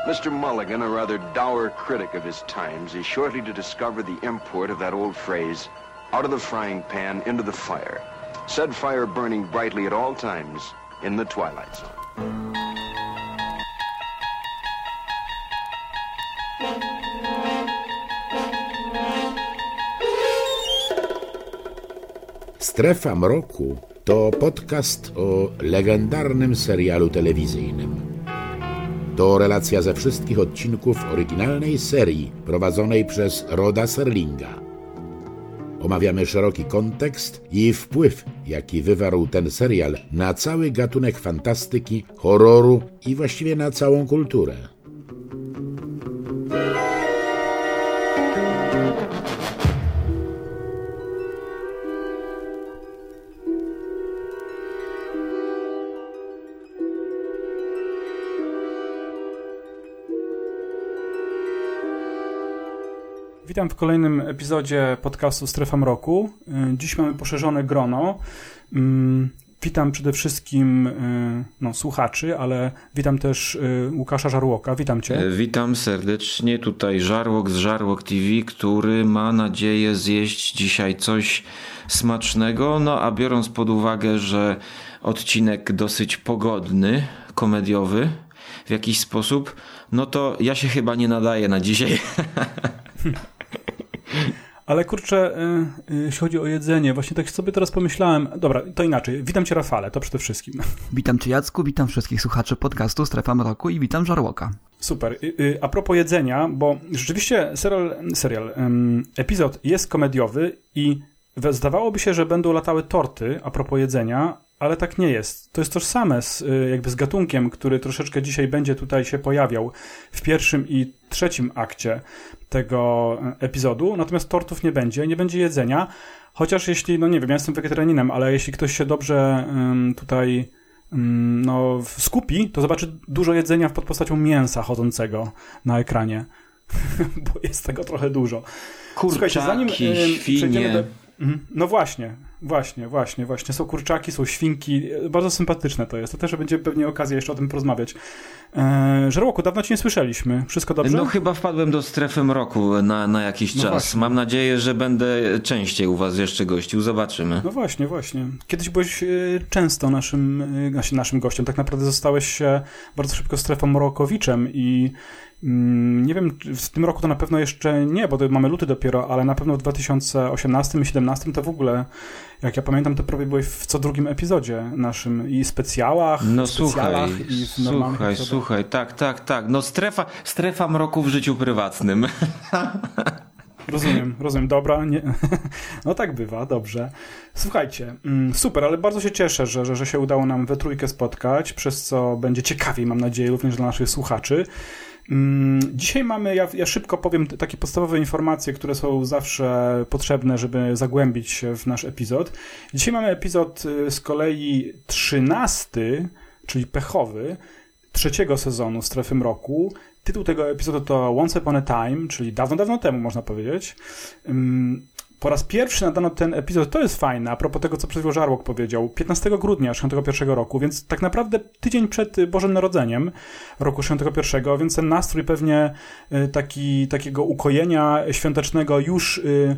Mr. Mulligan, a rather dour critic of his times, is shortly to discover the import of that old phrase, out of the frying pan into the fire. Said fire burning brightly at all times in the twilight zone. Strefa Mroku to podcast o legendarnym serialu telewizyjnym. To relacja ze wszystkich odcinków oryginalnej serii prowadzonej przez Roda Serlinga. Omawiamy szeroki kontekst i wpływ, jaki wywarł ten serial na cały gatunek fantastyki, horroru i właściwie na całą kulturę. Witam w kolejnym epizodzie podcastu Strefa Mroku. Dziś mamy poszerzone grono. Witam przede wszystkim słuchaczy, ale witam też Łukasza Żarłoka. Witam Cię. Witam serdecznie. Tutaj Żarłok z Żarłok TV, który ma nadzieję zjeść dzisiaj coś smacznego. No a biorąc pod uwagę, że odcinek dosyć pogodny, komediowy w jakiś sposób, no to ja się chyba nie nadaję na dzisiaj. Ale kurczę, jeśli chodzi o jedzenie, właśnie tak sobie teraz pomyślałem. Dobra, to inaczej. Witam Cię, Rafale, to przede wszystkim. Witam Cię, Jacku, witam wszystkich słuchaczy podcastu Strefa Mroku i witam Żarłoka. Super. A propos jedzenia, bo rzeczywiście epizod jest komediowy i zdawałoby się, że będą latały torty a propos jedzenia, ale tak nie jest. To jest tożsame z gatunkiem, który troszeczkę dzisiaj będzie tutaj się pojawiał w pierwszym i trzecim akcie tego epizodu, natomiast tortów nie będzie jedzenia, chociaż jeśli, ja jestem wegetarianinem, ale jeśli ktoś się dobrze tutaj skupi, to zobaczy dużo jedzenia pod postacią mięsa chodzącego na ekranie, bo jest tego trochę dużo. Kurczaki, zanim świnie. No właśnie. Są kurczaki, są świnki. Bardzo sympatyczne to jest. To też będzie pewnie okazja jeszcze o tym porozmawiać. Żarłoku, dawno Cię nie słyszeliśmy. Wszystko dobrze? No chyba wpadłem do Strefy Mroku na jakiś czas. Właśnie. Mam nadzieję, że będę częściej u Was jeszcze gościł. Zobaczymy. No właśnie. Kiedyś byłeś często naszym gościem. Tak naprawdę zostałeś się bardzo szybko Strefą Mrokowiczem i nie wiem, w tym roku to na pewno jeszcze nie, bo mamy luty dopiero, ale na pewno w 2018 i 2017 to w ogóle, jak ja pamiętam, to prawie byłeś w co drugim epizodzie naszym i specjalach. No słuchaj, tak. No strefa mroku w życiu prywatnym. Rozumiem, dobra. Nie. No tak bywa, dobrze. Słuchajcie, super, ale bardzo się cieszę, że się udało nam we trójkę spotkać, przez co będzie ciekawiej, mam nadzieję, również dla naszych słuchaczy. Dzisiaj mamy, ja szybko powiem takie podstawowe informacje, które są zawsze potrzebne, żeby zagłębić się w nasz epizod. Dzisiaj mamy epizod z kolei 13, czyli pechowy, trzeciego sezonu Strefy Mroku. Tytuł tego epizodu to Once Upon a Time, czyli dawno temu można powiedzieć. Po raz pierwszy nadano ten epizod, to jest fajne, a propos tego, co przed chwilą Żarłok powiedział, 15 grudnia 1961 roku, więc tak naprawdę tydzień przed Bożym Narodzeniem roku 1961, więc ten nastrój pewnie takiego ukojenia świątecznego już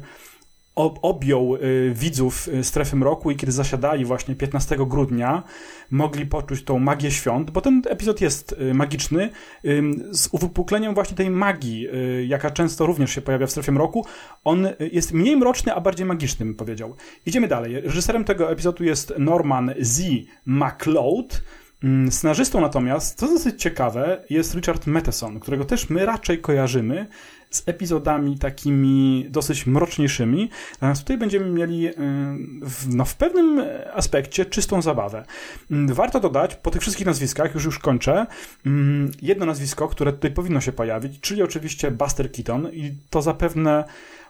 objął widzów Strefy Mroku i kiedy zasiadali właśnie 15 grudnia, mogli poczuć tą magię świąt, bo ten epizod jest magiczny, z uwypukleniem właśnie tej magii, jaka często również się pojawia w Strefie Mroku. On jest mniej mroczny, a bardziej magiczny, bym powiedział. Idziemy dalej. Reżyserem tego epizodu jest Norman Z. MacLeod. Scenarzystą natomiast, co dosyć ciekawe, jest Richard Matheson, którego też my raczej kojarzymy z epizodami takimi dosyć mroczniejszymi. Natomiast tutaj będziemy mieli w pewnym aspekcie czystą zabawę. Warto dodać, po tych wszystkich nazwiskach, już kończę, jedno nazwisko, które tutaj powinno się pojawić, czyli oczywiście Buster Keaton i to zapewne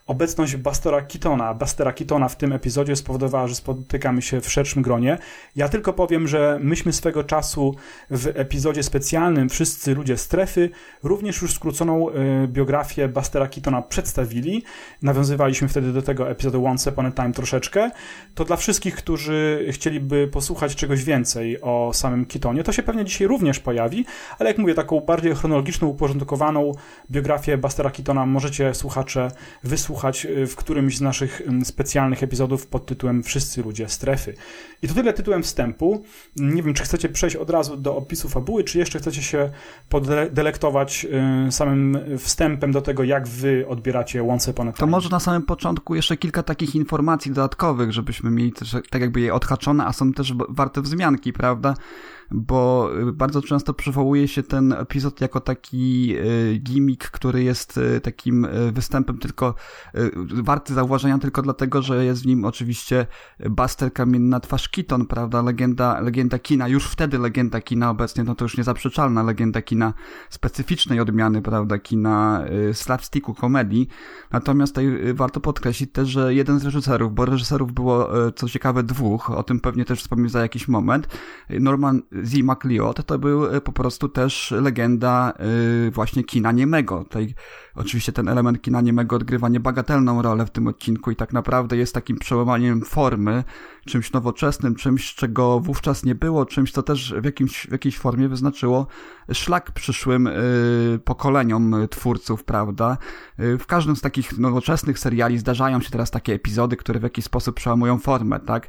obecność Bustera Keatona w tym epizodzie spowodowała, że spotykamy się w szerszym gronie. Ja tylko powiem, że myśmy swego czasu w epizodzie specjalnym Wszyscy ludzie strefy również już skróconą biografię Bustera Keatona przedstawili. Nawiązywaliśmy wtedy do tego epizodu Once Upon a Time troszeczkę. To dla wszystkich, którzy chcieliby posłuchać czegoś więcej o samym Keatonie, to się pewnie dzisiaj również pojawi, ale jak mówię, taką bardziej chronologiczną, uporządkowaną biografię Bustera Keatona możecie, słuchacze, wysłuchać w którymś z naszych specjalnych epizodów pod tytułem Wszyscy ludzie strefy. I to tyle tytułem wstępu. Nie wiem, czy chcecie przejść od razu do opisu fabuły, czy jeszcze chcecie się podelektować samym wstępem do tego, jak wy odbieracie Once Upon a Time. To może na samym początku jeszcze kilka takich informacji dodatkowych, żebyśmy mieli też tak jakby je odhaczone, a są też warte wzmianki, prawda? Bo bardzo często przywołuje się ten epizod jako taki gimmick, który jest takim występem tylko warty zauważenia tylko dlatego, że jest w nim oczywiście Buster Kamienna Twarz Keaton, prawda, legenda kina, już wtedy legenda kina, obecnie no to już niezaprzeczalna legenda kina specyficznej odmiany, prawda, kina slapsticku, komedii. Natomiast tutaj warto podkreślić też, że jeden z reżyserów, bo reżyserów było co ciekawe dwóch, o tym pewnie też wspomnę za jakiś moment, Norman Z. McLeod to był po prostu też legenda właśnie kina niemego. Tutaj oczywiście ten element kina niemego odgrywa niebagatelną rolę w tym odcinku i tak naprawdę jest takim przełamaniem formy, czymś nowoczesnym, czymś, czego wówczas nie było, czymś, co też w jakiejś formie wyznaczyło szlak przyszłym pokoleniom twórców, prawda? W każdym z takich nowoczesnych seriali zdarzają się teraz takie epizody, które w jakiś sposób przełamują formę, tak?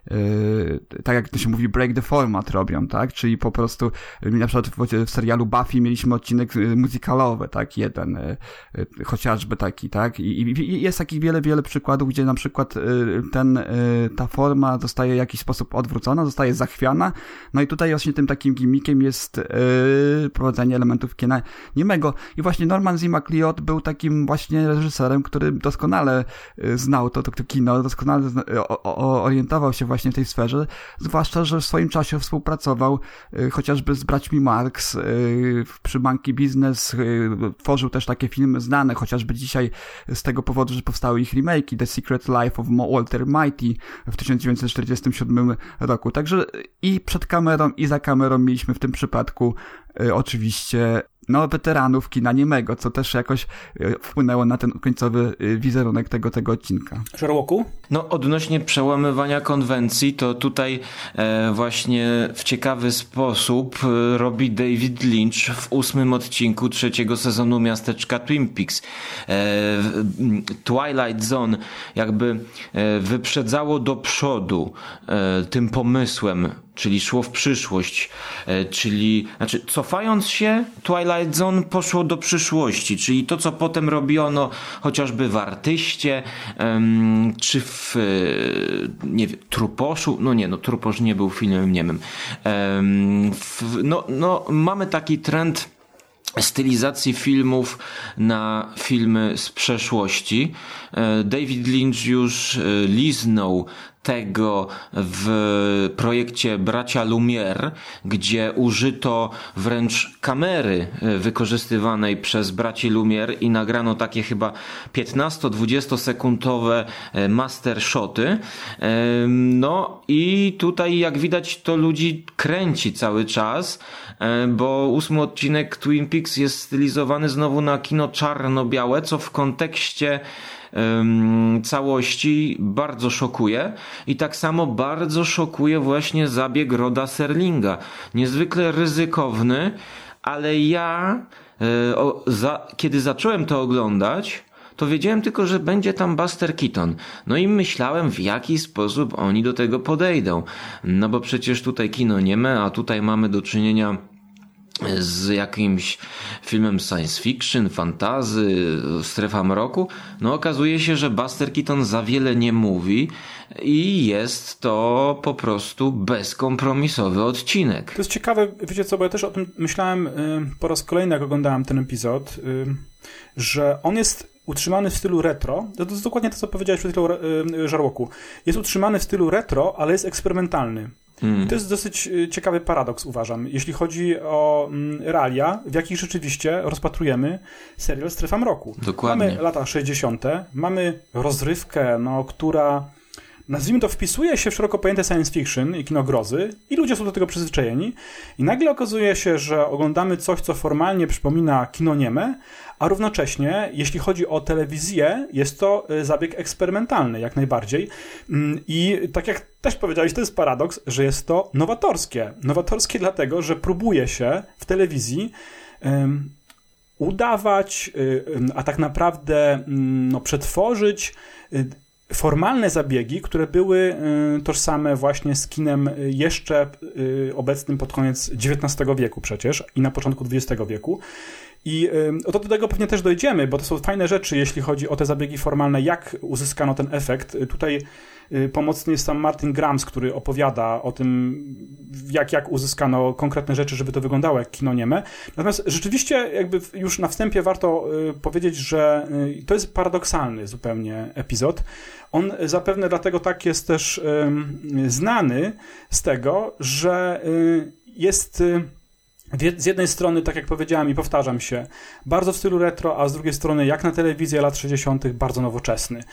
Tak jak to się mówi, break the format robią, tak? Czyli po prostu na przykład w serialu Buffy mieliśmy odcinek muzykalowy, tak? Jeden, chociażby taki, tak? I jest takich wiele przykładów, gdzie na przykład ta forma zostaje w jakiś sposób odwrócona, zostaje zachwiana, no i tutaj właśnie tym takim gimmickiem jest prowadzenie elementów kina niemego. I właśnie Norman Z. McLeod był takim właśnie reżyserem, który doskonale znał to kino, doskonale orientował się właśnie w tej sferze, zwłaszcza, że w swoim czasie współpracował chociażby z braćmi Marx przy Monkey Business, tworzył też takie filmy znane, chociażby dzisiaj z tego powodu, że powstały ich remake'i, The Secret Life of Walter Mitty w 1947 roku. Także i przed kamerą, i za kamerą mieliśmy w tym przypadku oczywiście weteranów kina niemego, co też jakoś wpłynęło na ten końcowy wizerunek tego odcinka. Żarłoku? No, odnośnie przełamywania konwencji, to tutaj właśnie w ciekawy sposób robi David Lynch w 8. odcinku 3. sezonu Miasteczka Twin Peaks. Twilight Zone jakby wyprzedzało do przodu tym pomysłem, czyli szło w przyszłość, cofając się, Twilight Zone poszło do przyszłości, czyli to, co potem robiono chociażby w Artyście, czy w Truposzu, Truposz nie był filmem niemym. Mamy taki trend stylizacji filmów na filmy z przeszłości. David Lynch już liznął tego w projekcie Bracia Lumière, gdzie użyto wręcz kamery wykorzystywanej przez braci Lumière i nagrano takie chyba 15-20 sekundowe master shoty. No i tutaj jak widać to ludzi kręci cały czas, bo 8. odcinek Twin Peaks jest stylizowany znowu na kino czarno-białe, co w kontekście całości bardzo szokuje i tak samo bardzo szokuje właśnie zabieg Roda Serlinga. Niezwykle ryzykowny, ale ja kiedy zacząłem to oglądać, to wiedziałem tylko, że będzie tam Buster Keaton. No i myślałem, w jaki sposób oni do tego podejdą. No bo przecież tutaj kino nieme, a tutaj mamy do czynienia z jakimś filmem science fiction, fantasy, strefa mroku. No okazuje się, że Buster Keaton za wiele nie mówi i jest to po prostu bezkompromisowy odcinek. To jest ciekawe, wiecie co, bo ja też o tym myślałem po raz kolejny, jak oglądałem ten epizod, że on jest utrzymany w stylu retro. To jest dokładnie to, co powiedziałeś przed chwilą, Żarłoku. Jest utrzymany w stylu retro, ale jest eksperymentalny. To jest dosyć ciekawy paradoks, uważam, jeśli chodzi o realia, w jakich rzeczywiście rozpatrujemy serial Strefa Mroku. Dokładnie. Mamy lata 60., mamy rozrywkę, która, nazwijmy to, wpisuje się w szeroko pojęte science fiction i kino grozy i ludzie są do tego przyzwyczajeni i nagle okazuje się, że oglądamy coś, co formalnie przypomina kino nieme, a równocześnie, jeśli chodzi o telewizję, jest to zabieg eksperymentalny, jak najbardziej. I tak jak też powiedziałeś, to jest paradoks, że jest to nowatorskie. Nowatorskie dlatego, że próbuje się w telewizji udawać, a tak naprawdę przetworzyć formalne zabiegi, które były tożsame właśnie z kinem jeszcze obecnym pod koniec XIX wieku przecież i na początku XX wieku. I do tego pewnie też dojdziemy, bo to są fajne rzeczy, jeśli chodzi o te zabiegi formalne, jak uzyskano ten efekt. Tutaj pomocny jest sam Martin Grams, który opowiada o tym, jak uzyskano konkretne rzeczy, żeby to wyglądało jak kino nieme. Natomiast rzeczywiście jakby już na wstępie warto powiedzieć, że to jest paradoksalny zupełnie epizod. On zapewne dlatego tak jest też znany z tego, że jest z jednej strony, tak jak powiedziałem i powtarzam się, bardzo w stylu retro, a z drugiej strony, jak na telewizję lat 60., bardzo nowoczesny.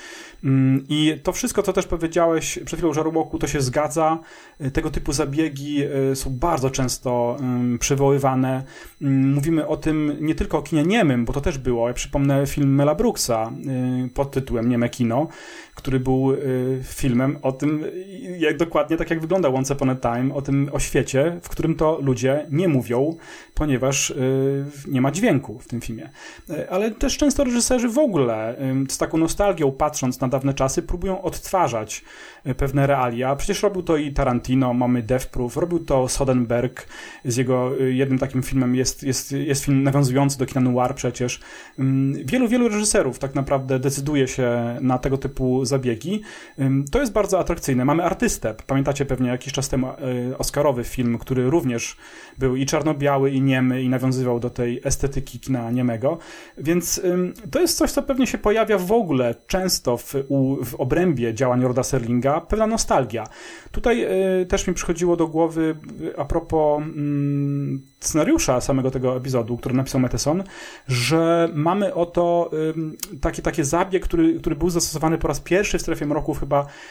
I to wszystko, co też powiedziałeś przed chwilą, Żarłoku, to się zgadza. Tego typu zabiegi są bardzo często przywoływane. Mówimy o tym nie tylko o kinie niemym, bo to też było. Ja przypomnę film Mela Brooksa pod tytułem Nieme kino, który był filmem o tym, dokładnie tak jak wygląda Once Upon a Time, o świecie, w którym to ludzie nie mówią, ponieważ nie ma dźwięku w tym filmie. Ale też często reżyserzy w ogóle z taką nostalgią, patrząc na dawne czasy, próbują odtwarzać pewne realia. Przecież robił to i Tarantino, mamy Death Proof, robił to Soderbergh z jego jednym takim filmem, jest film nawiązujący do kina noir przecież. Wielu reżyserów tak naprawdę decyduje się na tego typu zabiegi. To jest bardzo atrakcyjne. Mamy Artystę. Pamiętacie pewnie jakiś czas temu oscarowy film, który również był i czarno-biały, i niemy, i nawiązywał do tej estetyki kina niemego. Więc to jest coś, co pewnie się pojawia w ogóle często w obrębie działań Roda Serlinga, pewna nostalgia. Tutaj też mi przychodziło do głowy a propos scenariusza samego tego epizodu, który napisał Matheson, że mamy oto taki zabieg, który był zastosowany po raz pierwszy w Strefie Mroków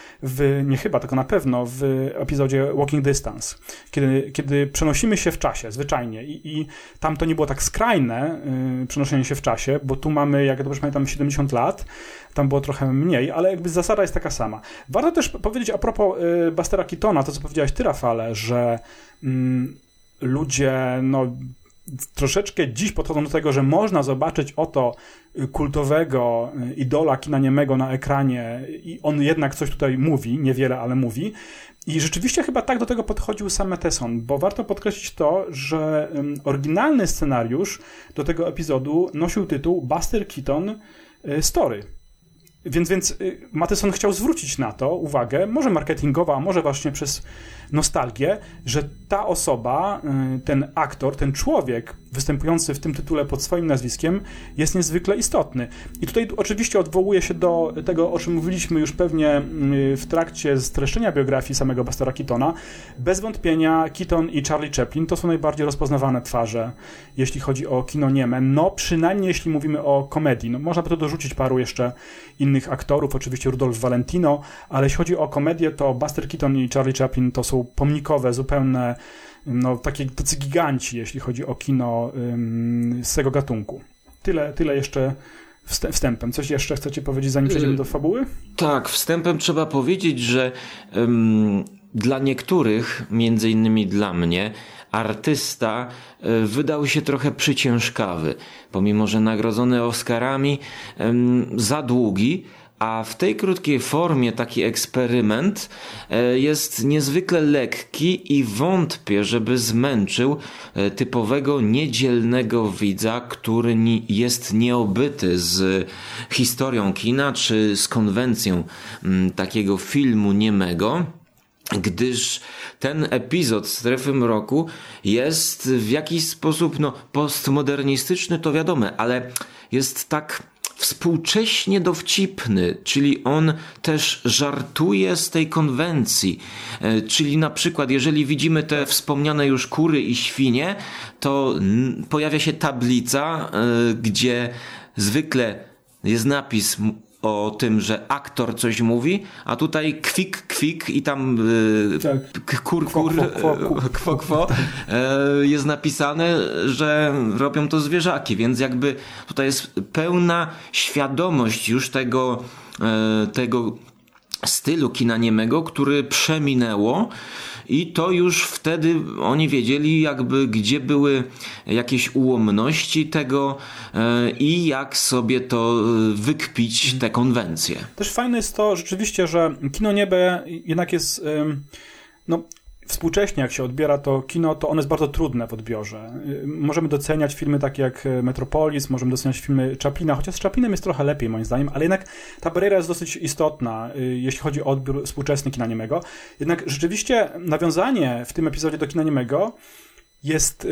tylko na pewno w epizodzie Walking Distance, kiedy przenosimy się w czasie, zwyczajnie. I tam to nie było tak skrajne przenoszenie się w czasie, bo tu mamy, jak dobrze pamiętam, 70 lat, tam było trochę mniej, ale jakby zasada jest taka sama. Warto też powiedzieć a propos Bustera Keatona, to co powiedziałeś ty, Rafale, że ludzie troszeczkę dziś podchodzą do tego, że można zobaczyć oto kultowego idola kina niemego na ekranie i on jednak coś tutaj mówi, niewiele, ale mówi. I rzeczywiście chyba tak do tego podchodził sam Matheson, bo warto podkreślić to, że oryginalny scenariusz do tego epizodu nosił tytuł Buster Keaton Story. Więc Matheson chciał zwrócić na to uwagę, może marketingowo, a może właśnie przez nostalgię, że ta osoba, ten aktor, ten człowiek występujący w tym tytule pod swoim nazwiskiem jest niezwykle istotny. I tutaj oczywiście odwołuję się do tego, o czym mówiliśmy już pewnie w trakcie streszczenia biografii samego Bustera Keatona. Bez wątpienia Keaton i Charlie Chaplin to są najbardziej rozpoznawane twarze, jeśli chodzi o kino nieme. Przynajmniej jeśli mówimy o komedii. Można by to dorzucić paru jeszcze innych aktorów, oczywiście Rudolph Valentino, ale jeśli chodzi o komedię, to Buster Keaton i Charlie Chaplin to są pomnikowe, zupełne, tacy giganci, jeśli chodzi o kino z tego gatunku. Tyle jeszcze wstępem. Coś jeszcze chcecie powiedzieć, zanim przejdziemy do fabuły? Tak, wstępem trzeba powiedzieć, że dla niektórych, między innymi dla mnie, Artysta wydał się trochę przyciężkawy, pomimo że nagrodzony Oscarami, za długi, a w tej krótkiej formie taki eksperyment jest niezwykle lekki i wątpię, żeby zmęczył typowego niedzielnego widza, który jest nieobyty z historią kina czy z konwencją takiego filmu niemego, gdyż ten epizod Strefy Mroku jest w jakiś sposób postmodernistyczny, to wiadome, ale jest tak współcześnie dowcipny, czyli on też żartuje z tej konwencji. Czyli na przykład, jeżeli widzimy te wspomniane już kury i świnie, to pojawia się tablica, gdzie zwykle jest napis o tym, że aktor coś mówi, a tutaj kwik i tam kur, kwo, jest napisane, że robią to zwierzaki, więc jakby tutaj jest pełna świadomość już tego stylu kina niemego, który przeminęło i to już wtedy oni wiedzieli jakby gdzie były jakieś ułomności tego i jak sobie to wykpić, te konwencje. Też fajne jest to rzeczywiście, że kino niebe jednak jest współcześnie jak się odbiera to kino, to ono jest bardzo trudne w odbiorze. Możemy doceniać filmy takie jak Metropolis, możemy doceniać filmy Chaplina, chociaż z Chaplinem jest trochę lepiej moim zdaniem, ale jednak ta bariera jest dosyć istotna, jeśli chodzi o odbiór współczesny kina niemego. Jednak rzeczywiście nawiązanie w tym epizodzie do kina niemego jest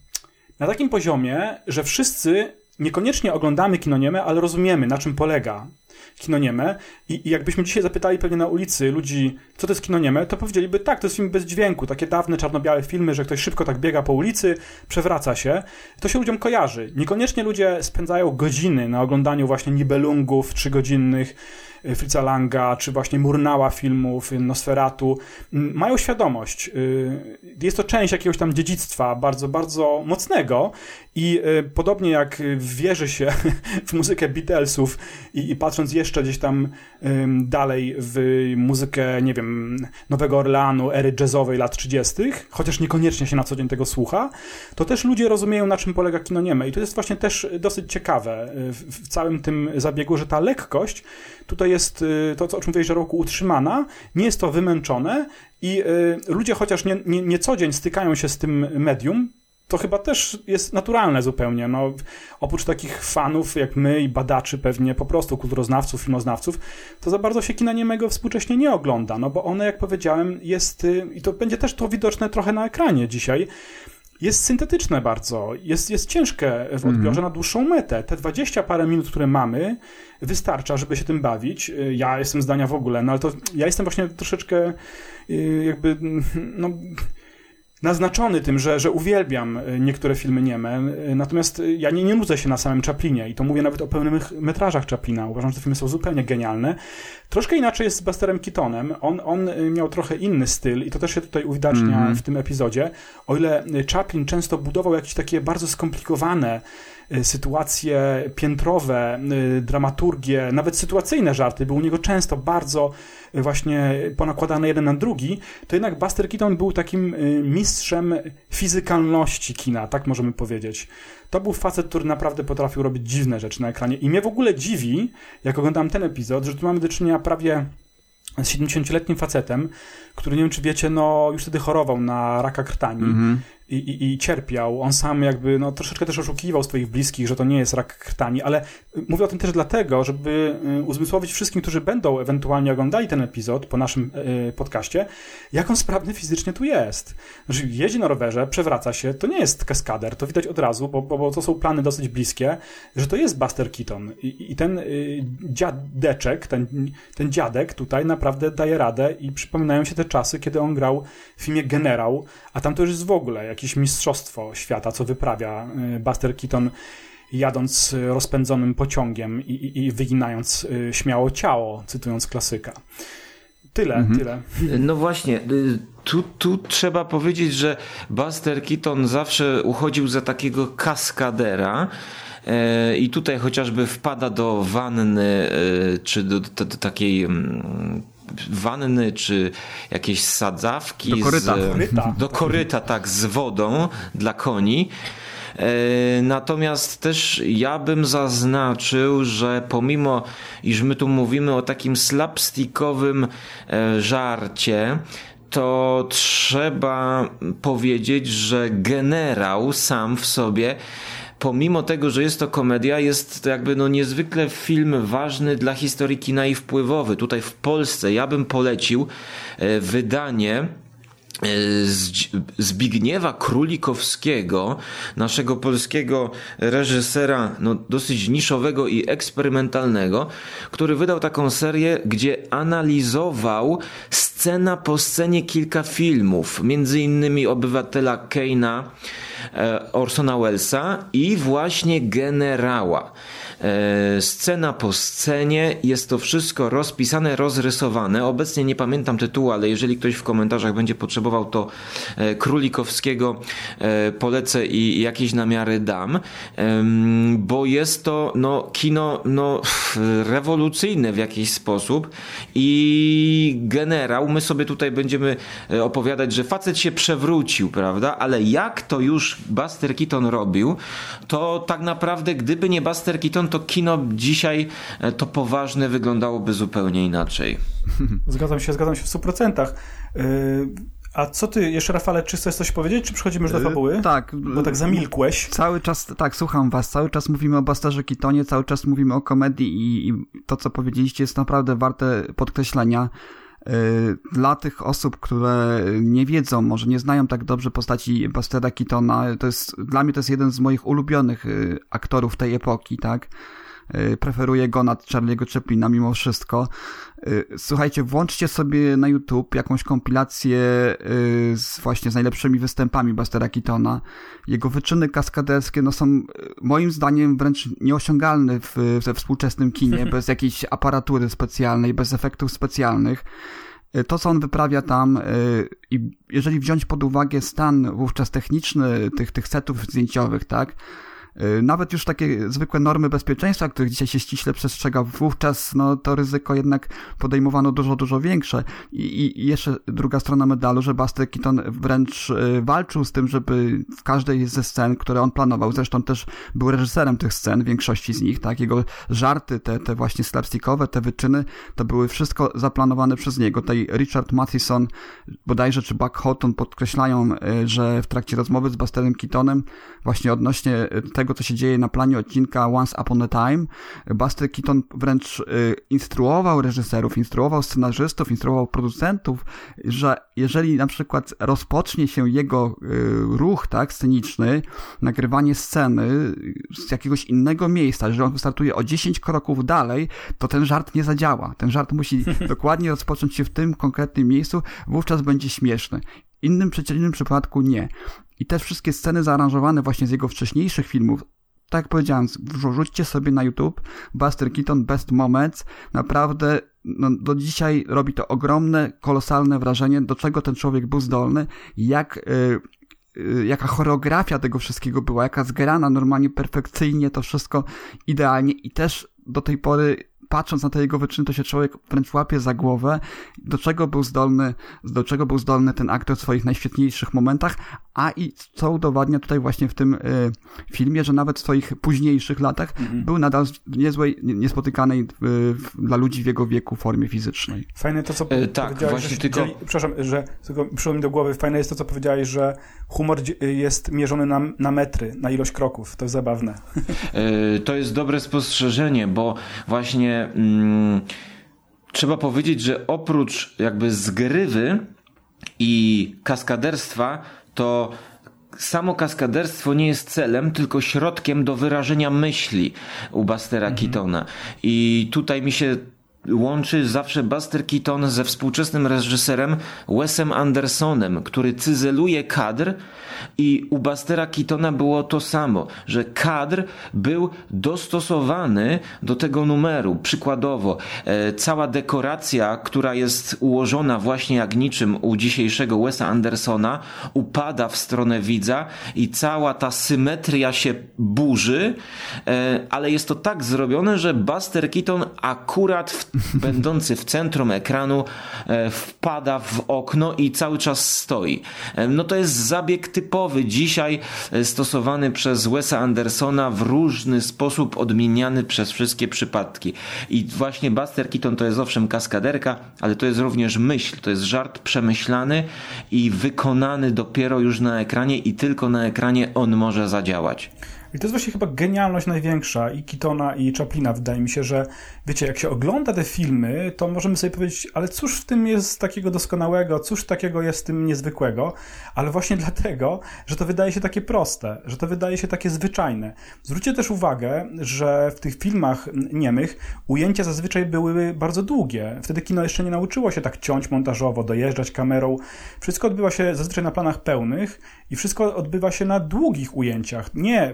na takim poziomie, że wszyscy niekoniecznie oglądamy kino nieme, ale rozumiemy, na czym polega kino nieme i jakbyśmy dzisiaj zapytali pewnie na ulicy ludzi, co to jest kino nieme, to powiedzieliby tak, to jest film bez dźwięku, takie dawne czarno-białe filmy, że ktoś szybko tak biega po ulicy, przewraca się. To się ludziom kojarzy. Niekoniecznie ludzie spędzają godziny na oglądaniu właśnie Nibelungów 3-godzinnych, Fritza Langa, czy właśnie Murnała filmów, Nosferatu. Mają świadomość. Jest to część jakiegoś tam dziedzictwa bardzo, bardzo mocnego i podobnie jak wierzy się w muzykę Beatlesów i patrząc jeszcze gdzieś tam dalej w muzykę, nie wiem, Nowego Orleanu, ery jazzowej lat 30., chociaż niekoniecznie się na co dzień tego słucha, to też ludzie rozumieją, na czym polega kino nieme. I to jest właśnie też dosyć ciekawe w całym tym zabiegu, że ta lekkość tutaj jest to, o czym mówiłeś, Żarłoku, utrzymana, nie jest to wymęczone i ludzie chociaż nie co dzień stykają się z tym medium, to chyba też jest naturalne zupełnie. No, oprócz takich fanów jak my i badaczy pewnie, po prostu kulturoznawców, filmoznawców, to za bardzo się kina niemego współcześnie nie ogląda, no bo one, jak powiedziałem, jest, i to będzie też to widoczne trochę na ekranie dzisiaj, jest syntetyczne bardzo, jest ciężkie w odbiorze na dłuższą metę. Te 20 parę minut, które mamy, wystarcza, żeby się tym bawić. Ja jestem zdania w ogóle, no ale to ja jestem właśnie troszeczkę jakby, no, naznaczony tym, że uwielbiam niektóre filmy nieme, natomiast ja nie nudzę się na samym Chaplinie i to mówię nawet o pełnych metrażach Chaplina. Uważam, że te filmy są zupełnie genialne. Troszkę inaczej jest z Busterem Keatonem. On miał trochę inny styl i to też się tutaj uwidacznia w tym epizodzie. O ile Chaplin często budował jakieś takie bardzo skomplikowane sytuacje piętrowe, dramaturgie, nawet sytuacyjne żarty były u niego często bardzo właśnie ponakładane jeden na drugi, to jednak Buster Keaton był takim mistrzem fizykalności kina, tak możemy powiedzieć. To był facet, który naprawdę potrafił robić dziwne rzeczy na ekranie i mnie w ogóle dziwi, jak oglądam ten epizod, że tu mamy do czynienia prawie z 70-letnim facetem, który, nie wiem czy wiecie, no już wtedy chorował na raka krtani. I cierpiał. On sam jakby troszeczkę też oszukiwał swoich bliskich, że to nie jest rak krtani, ale mówię o tym też dlatego, żeby uzmysłowić wszystkim, którzy będą ewentualnie oglądali ten epizod po naszym podcaście, jak on sprawny fizycznie tu jest. Znaczy, jeździ na rowerze, przewraca się, to nie jest kaskader, to widać od razu, bo to są plany dosyć bliskie, że to jest Buster Keaton. I ten dziadeczek, ten dziadek tutaj naprawdę daje radę i przypominają się te czasy, kiedy on grał w filmie Generał, a tam to już jest w ogóle jakieś mistrzostwo świata, co wyprawia Buster Keaton, jadąc rozpędzonym pociągiem i wyginając śmiało ciało, cytując klasyka. Tyle. No właśnie, tu trzeba powiedzieć, że Buster Keaton zawsze uchodził za takiego kaskadera i tutaj chociażby wpada do wanny, czy do takiej wanny, czy jakieś sadzawki do koryta, tak, z wodą dla koni. Natomiast też ja bym zaznaczył, że pomimo iż my tu mówimy o takim slapstickowym żarcie, to trzeba powiedzieć, że Generał sam w sobie, pomimo tego, że jest to komedia, jest to jakby niezwykle film ważny dla historii kina i wpływowy. Tutaj w Polsce ja bym polecił wydanie Zbigniewa Królikowskiego, naszego polskiego reżysera, no, dosyć niszowego i eksperymentalnego, który wydał taką serię, gdzie analizował scena po scenie kilka filmów, między innymi Obywatela Kane'a, Orsona Wellesa i właśnie Generała. Scena po scenie, jest to wszystko rozpisane, rozrysowane. Obecnie nie pamiętam tytułu, ale jeżeli ktoś w komentarzach będzie potrzebował, to Królikowskiego polecę i jakieś namiary dam, bo jest to kino rewolucyjne w jakiś sposób i Generał, my sobie tutaj będziemy opowiadać, że facet się przewrócił, prawda, ale jak to już Buster Keaton robił, to tak naprawdę gdyby nie Buster Keaton, to kino dzisiaj to poważne wyglądałoby zupełnie inaczej. Zgadzam się w 100%. A co ty, jeszcze Rafale, czy chcesz coś powiedzieć, czy przechodzimy już do fabuły? Tak. Bo tak zamilkłeś. Cały czas, tak, słucham was, cały czas mówimy o Busterze Keatonie, cały czas mówimy o komedii i to, co powiedzieliście, jest naprawdę warte podkreślenia. Dla tych osób, które nie wiedzą, może nie znają tak dobrze postaci Bustera Keatona, dla mnie to jest jeden z moich ulubionych aktorów tej epoki, tak? Preferuję go nad Charlie'ego Chaplina mimo wszystko. Słuchajcie, włączcie sobie na YouTube jakąś kompilację właśnie z najlepszymi występami Bustera Keatona. Jego wyczyny kaskaderskie są moim zdaniem wręcz nieosiągalne we współczesnym kinie, bez jakiejś aparatury specjalnej, bez efektów specjalnych. To, co on wyprawia tam, i jeżeli wziąć pod uwagę stan wówczas techniczny tych setów zdjęciowych, tak? Nawet już takie zwykłe normy bezpieczeństwa, których dzisiaj się ściśle przestrzega, wówczas to ryzyko jednak podejmowano dużo, dużo większe. I jeszcze druga strona medalu, że Buster Keaton wręcz walczył z tym, żeby w każdej ze scen, które on planował, zresztą też był reżyserem tych scen, większości z nich, tak, jego żarty, te właśnie slapstickowe, te wyczyny, to były wszystko zaplanowane przez niego. Tutaj Richard Matheson bodajże, czy Buck Houghton podkreślają, że w trakcie rozmowy z Busterem Keatonem właśnie odnośnie tego, co się dzieje na planie odcinka Once Upon a Time, Buster Keaton wręcz instruował reżyserów, instruował scenarzystów, instruował producentów, że jeżeli na przykład rozpocznie się jego ruch, tak, sceniczny, nagrywanie sceny z jakiegoś innego miejsca, że on startuje o 10 kroków dalej, to ten żart nie zadziała. Ten żart musi dokładnie rozpocząć się w tym konkretnym miejscu, wówczas będzie śmieszny. Przeciwnym przypadku nie. I te wszystkie sceny zaaranżowane właśnie z jego wcześniejszych filmów, tak jak powiedziałem, wrzućcie sobie na YouTube Buster Keaton Best Moments. Naprawdę do dzisiaj robi to ogromne, kolosalne wrażenie, do czego ten człowiek był zdolny, jaka choreografia tego wszystkiego była, jaka zgrana normalnie perfekcyjnie, to wszystko idealnie i też do tej pory, patrząc na te jego wyczyny, to się człowiek wręcz łapie za głowę, do czego był zdolny ten aktor w swoich najświetniejszych momentach, a i co udowadnia tutaj właśnie w tym filmie, że nawet w swoich późniejszych latach był nadal w niezłej, niespotykanej dla ludzi w jego wieku formie fizycznej. Fajne to, co tak, powiedziałeś, właśnie tylko... Przepraszam, że tylko przyszło mi do głowy, fajne jest to, co powiedziałeś, że humor jest mierzony na metry, na ilość kroków. To jest zabawne. To jest dobre spostrzeżenie, bo właśnie trzeba powiedzieć, że oprócz jakby zgrywy i kaskaderstwa, to samo kaskaderstwo nie jest celem, tylko środkiem do wyrażenia myśli u Bustera Keatona. I tutaj mi się łączy zawsze Buster Keaton ze współczesnym reżyserem Wesem Andersonem, który cyzeluje kadr, i u Bustera Keatona było to samo, że kadr był dostosowany do tego numeru. Przykładowo cała dekoracja, która jest ułożona właśnie jak niczym u dzisiejszego Wesa Andersona, upada w stronę widza i cała ta symetria się burzy, ale jest to tak zrobione, że Buster Keaton akurat będący w centrum ekranu wpada w okno i cały czas stoi. No to jest zabieg typowy dzisiaj stosowany przez Wesa Andersona, w różny sposób odmieniany przez wszystkie przypadki. I właśnie Buster Keaton to jest owszem kaskaderka, ale to jest również myśl, to jest żart przemyślany i wykonany dopiero już na ekranie i tylko na ekranie on może zadziałać. I to jest właśnie chyba genialność największa i Keatona, i Chaplina. Wydaje mi się, że wiecie, jak się ogląda te filmy, to możemy sobie powiedzieć, ale cóż w tym jest takiego doskonałego, cóż takiego jest w tym niezwykłego, ale właśnie dlatego, że to wydaje się takie proste, że to wydaje się takie zwyczajne. Zwróćcie też uwagę, że w tych filmach niemych ujęcia zazwyczaj były bardzo długie. Wtedy kino jeszcze nie nauczyło się tak ciąć montażowo, dojeżdżać kamerą. Wszystko odbywa się zazwyczaj na planach pełnych i wszystko odbywa się na długich ujęciach. Nie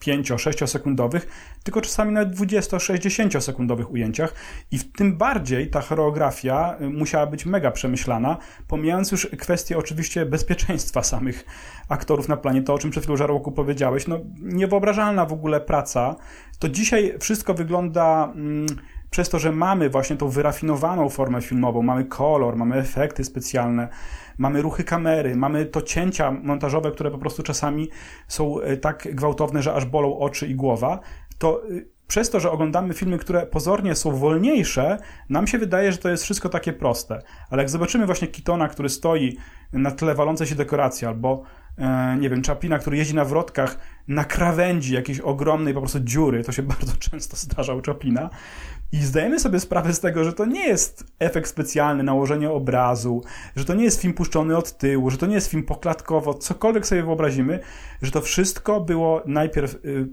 5-6 sekundowych, tylko czasami nawet 20-60 sekundowych ujęciach i w tym bardziej ta choreografia musiała być mega przemyślana, pomijając już kwestię oczywiście bezpieczeństwa samych aktorów na planie, to o czym przed chwilą, Żarłoku, powiedziałeś, no niewyobrażalna w ogóle praca. To dzisiaj wszystko wygląda przez to, że mamy właśnie tą wyrafinowaną formę filmową, mamy kolor, mamy efekty specjalne, mamy ruchy kamery, mamy to cięcia montażowe, które po prostu czasami są tak gwałtowne, że aż bolą oczy i głowa, to przez to, że oglądamy filmy, które pozornie są wolniejsze, nam się wydaje, że to jest wszystko takie proste. Ale jak zobaczymy właśnie Keatona, który stoi na tle walącej się dekoracji, albo nie wiem, Chaplina, który jeździ na wrotkach na krawędzi jakiejś ogromnej po prostu dziury, to się bardzo często zdarza u Chaplina, i zdajemy sobie sprawę z tego, że to nie jest efekt specjalny, nałożenie obrazu, że to nie jest film puszczony od tyłu, że to nie jest film poklatkowo, cokolwiek sobie wyobrazimy, że to wszystko było najpierw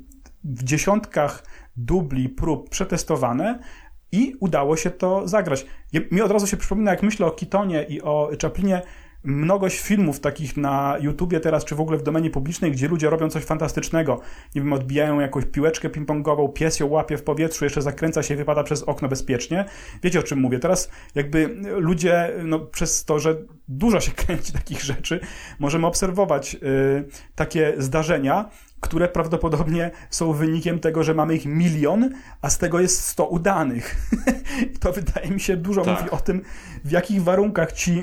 w dziesiątkach dubli, prób przetestowane i udało się to zagrać. Mi od razu się przypomina, jak myślę o Keatonie i o Chaplinie, mnogość filmów takich na YouTubie teraz, czy w ogóle w domenie publicznej, gdzie ludzie robią coś fantastycznego. Nie wiem, odbijają jakąś piłeczkę ping-pongową, pies ją łapie w powietrzu, jeszcze zakręca się i wypada przez okno bezpiecznie. Wiecie, o czym mówię. Teraz jakby ludzie, no przez to, że dużo się kręci takich rzeczy, możemy obserwować takie zdarzenia, które prawdopodobnie są wynikiem tego, że mamy ich 1 000 000, a z tego jest 100 udanych. I to wydaje mi się dużo mówi o tym, w jakich warunkach ci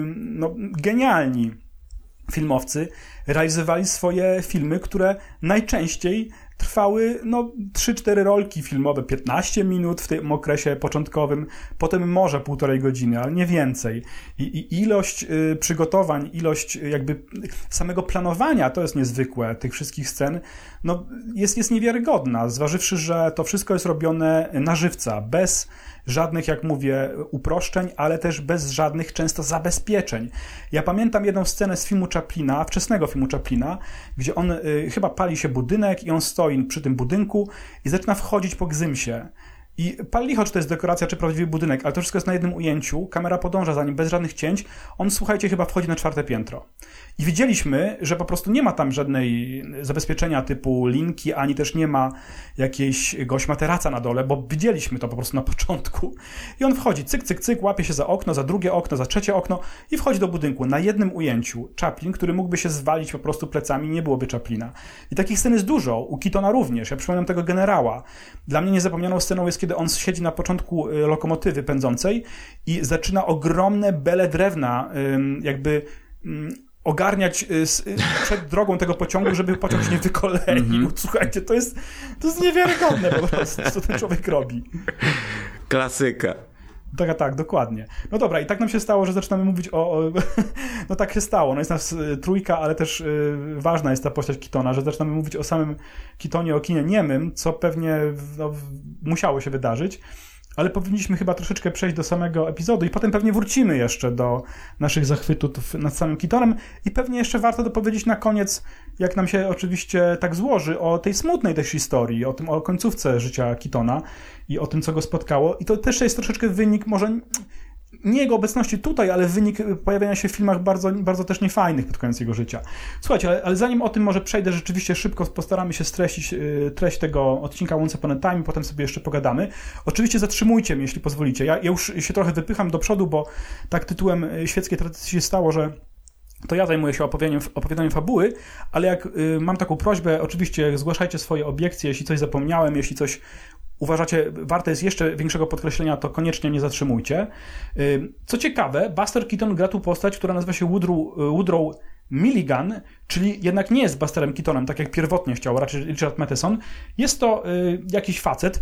genialni filmowcy realizowali swoje filmy, które najczęściej trwały 3-4 rolki filmowe, 15 minut w tym okresie początkowym, potem może 1,5 godziny, ale nie więcej. I ilość przygotowań, ilość jakby samego planowania, to jest niezwykłe, tych wszystkich scen, jest niewiarygodna, zważywszy, że to wszystko jest robione na żywca, bez żadnych, jak mówię, uproszczeń, ale też bez żadnych często zabezpieczeń. Ja pamiętam jedną scenę z filmu Chaplina, wczesnego filmu Chaplina, gdzie on chyba pali się budynek i on stoi przy tym budynku i zaczyna wchodzić po gzymsie. I pal licho, czy to jest dekoracja, czy prawdziwy budynek, ale to wszystko jest na jednym ujęciu, kamera podąża za nim bez żadnych cięć, on, słuchajcie, chyba wchodzi na 4. piętro. I widzieliśmy, że po prostu nie ma tam żadnej zabezpieczenia typu linki, ani też nie ma jakiegoś materaca na dole, bo widzieliśmy to po prostu na początku. I on wchodzi, cyk, cyk, cyk, łapie się za okno, za drugie okno, za trzecie okno i wchodzi do budynku na jednym ujęciu. Chaplin, który mógłby się zwalić po prostu plecami, nie byłoby Chaplina. I takich scen jest dużo, u Keatona również. Ja przypominam tego generała. Dla mnie niezapomnianą sceną jest, kiedy on siedzi na początku lokomotywy pędzącej i zaczyna ogromne bele drewna jakby ogarniać przed drogą tego pociągu, żeby pociąg się nie wykoleił. Słuchajcie, to jest niewiarygodne po prostu, co ten człowiek robi. Klasyka. Tak, dokładnie. No dobra, i tak nam się stało, że zaczynamy mówić no tak się stało, jest nas 3, ale też ważna jest ta postać Keatona, że zaczynamy mówić o samym Keatonie, o kinie niemym, co pewnie musiało się wydarzyć, ale powinniśmy chyba troszeczkę przejść do samego epizodu i potem pewnie wrócimy jeszcze do naszych zachwytów nad samym Keatonem i pewnie jeszcze warto dopowiedzieć na koniec, jak nam się oczywiście tak złoży, o tej smutnej też historii, o końcówce życia Keatona i o tym, co go spotkało. I to też jest troszeczkę wynik, może nie jego obecności tutaj, ale wynik pojawiania się w filmach bardzo, bardzo też niefajnych pod koniec jego życia. Słuchajcie, ale zanim o tym może przejdę, rzeczywiście szybko postaramy się streścić treść tego odcinka Once Upon a Time, potem sobie jeszcze pogadamy. Oczywiście zatrzymujcie mnie, jeśli pozwolicie. Ja już się trochę wypycham do przodu, bo tak tytułem świeckiej tradycji się stało, że to ja zajmuję się opowiadaniem fabuły, ale jak mam taką prośbę, oczywiście zgłaszajcie swoje obiekcje, jeśli coś zapomniałem, jeśli coś uważacie, warte jest jeszcze większego podkreślenia, to koniecznie nie zatrzymujcie. Co ciekawe, Buster Keaton gra tu postać, która nazywa się Woodrow Milligan, czyli jednak nie jest Busterem Keatonem, tak jak pierwotnie chciał raczej Richard Matheson. Jest to jakiś facet.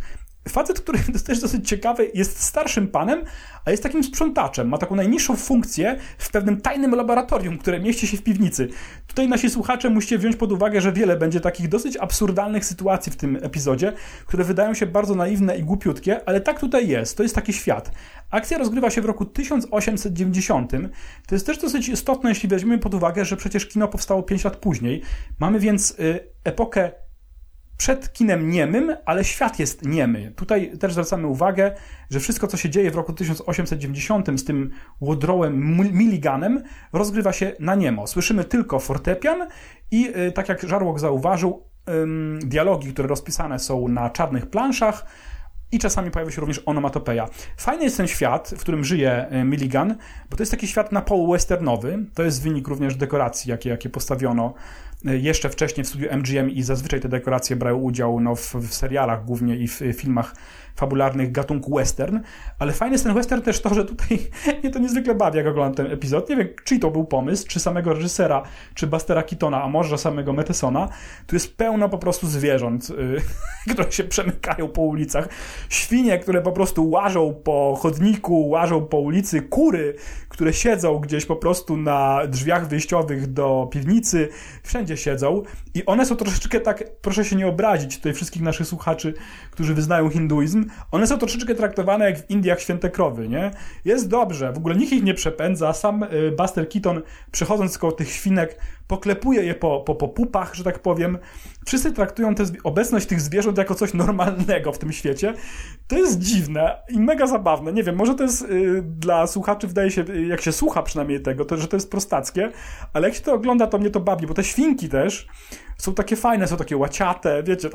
facet, który to jest też dosyć ciekawy, jest starszym panem, a jest takim sprzątaczem. Ma taką najniższą funkcję w pewnym tajnym laboratorium, które mieści się w piwnicy. Tutaj nasi słuchacze musicie wziąć pod uwagę, że wiele będzie takich dosyć absurdalnych sytuacji w tym epizodzie, które wydają się bardzo naiwne i głupiutkie, ale tak tutaj jest. To jest taki świat. Akcja rozgrywa się w roku 1890. To jest też dosyć istotne, jeśli weźmiemy pod uwagę, że przecież kino powstało 5 lat później. Mamy więc epokę przed kinem niemym, ale świat jest niemy. Tutaj też zwracamy uwagę, że wszystko, co się dzieje w roku 1890 z tym Woodrowem Milliganem, rozgrywa się na niemo. Słyszymy tylko fortepian i, tak jak Żarłok zauważył, dialogi, które rozpisane są na czarnych planszach i czasami pojawia się również onomatopeja. Fajny jest ten świat, w którym żyje Milligan, bo to jest taki świat na pół westernowy. To jest wynik również dekoracji, jakie postawiono jeszcze wcześniej w studiu MGM i zazwyczaj te dekoracje brały udział w serialach głównie i w filmach fabularnych gatunku western, ale fajny jest ten western też to, że tutaj mnie to niezwykle bawi, jak oglądam ten epizod. Nie wiem, czy to był pomysł, czy samego reżysera, czy Bustera Keatona, a może samego Mathesona. Tu jest pełno po prostu zwierząt, które się przemykają po ulicach. Świnie, które po prostu łażą po chodniku, łażą po ulicy. Kury, które siedzą gdzieś po prostu na drzwiach wyjściowych do piwnicy. Wszędzie siedzą i one są troszeczkę tak, proszę się nie obrazić tutaj wszystkich naszych słuchaczy, którzy wyznają hinduizm, one są troszeczkę traktowane jak w Indiach święte krowy, nie? Jest dobrze, w ogóle nikt ich nie przepędza, sam Buster Keaton, przechodząc koło tych świnek, poklepuje je po pupach, że tak powiem. Wszyscy traktują obecność tych zwierząt jako coś normalnego w tym świecie. To jest dziwne i mega zabawne. Nie wiem, może to jest dla słuchaczy, wydaje się, jak się słucha przynajmniej tego, że to jest prostackie, ale jak się to ogląda, to mnie to bawi, bo te świnki też są takie fajne, są takie łaciate, wiecie.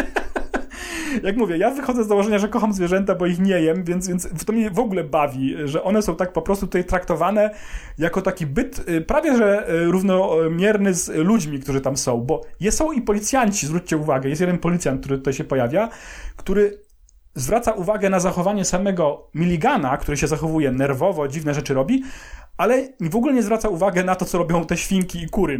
Jak mówię, ja wychodzę z założenia, że kocham zwierzęta, bo ich nie jem, więc to mnie w ogóle bawi, że one są tak po prostu tutaj traktowane jako taki byt prawie że równomierny z ludźmi, którzy tam są, bo są i policjanci, zwróćcie uwagę, jest jeden policjant, który tutaj się pojawia, który zwraca uwagę na zachowanie samego Milligana, który się zachowuje nerwowo, dziwne rzeczy robi, ale w ogóle nie zwraca uwagi na to, co robią te świnki i kury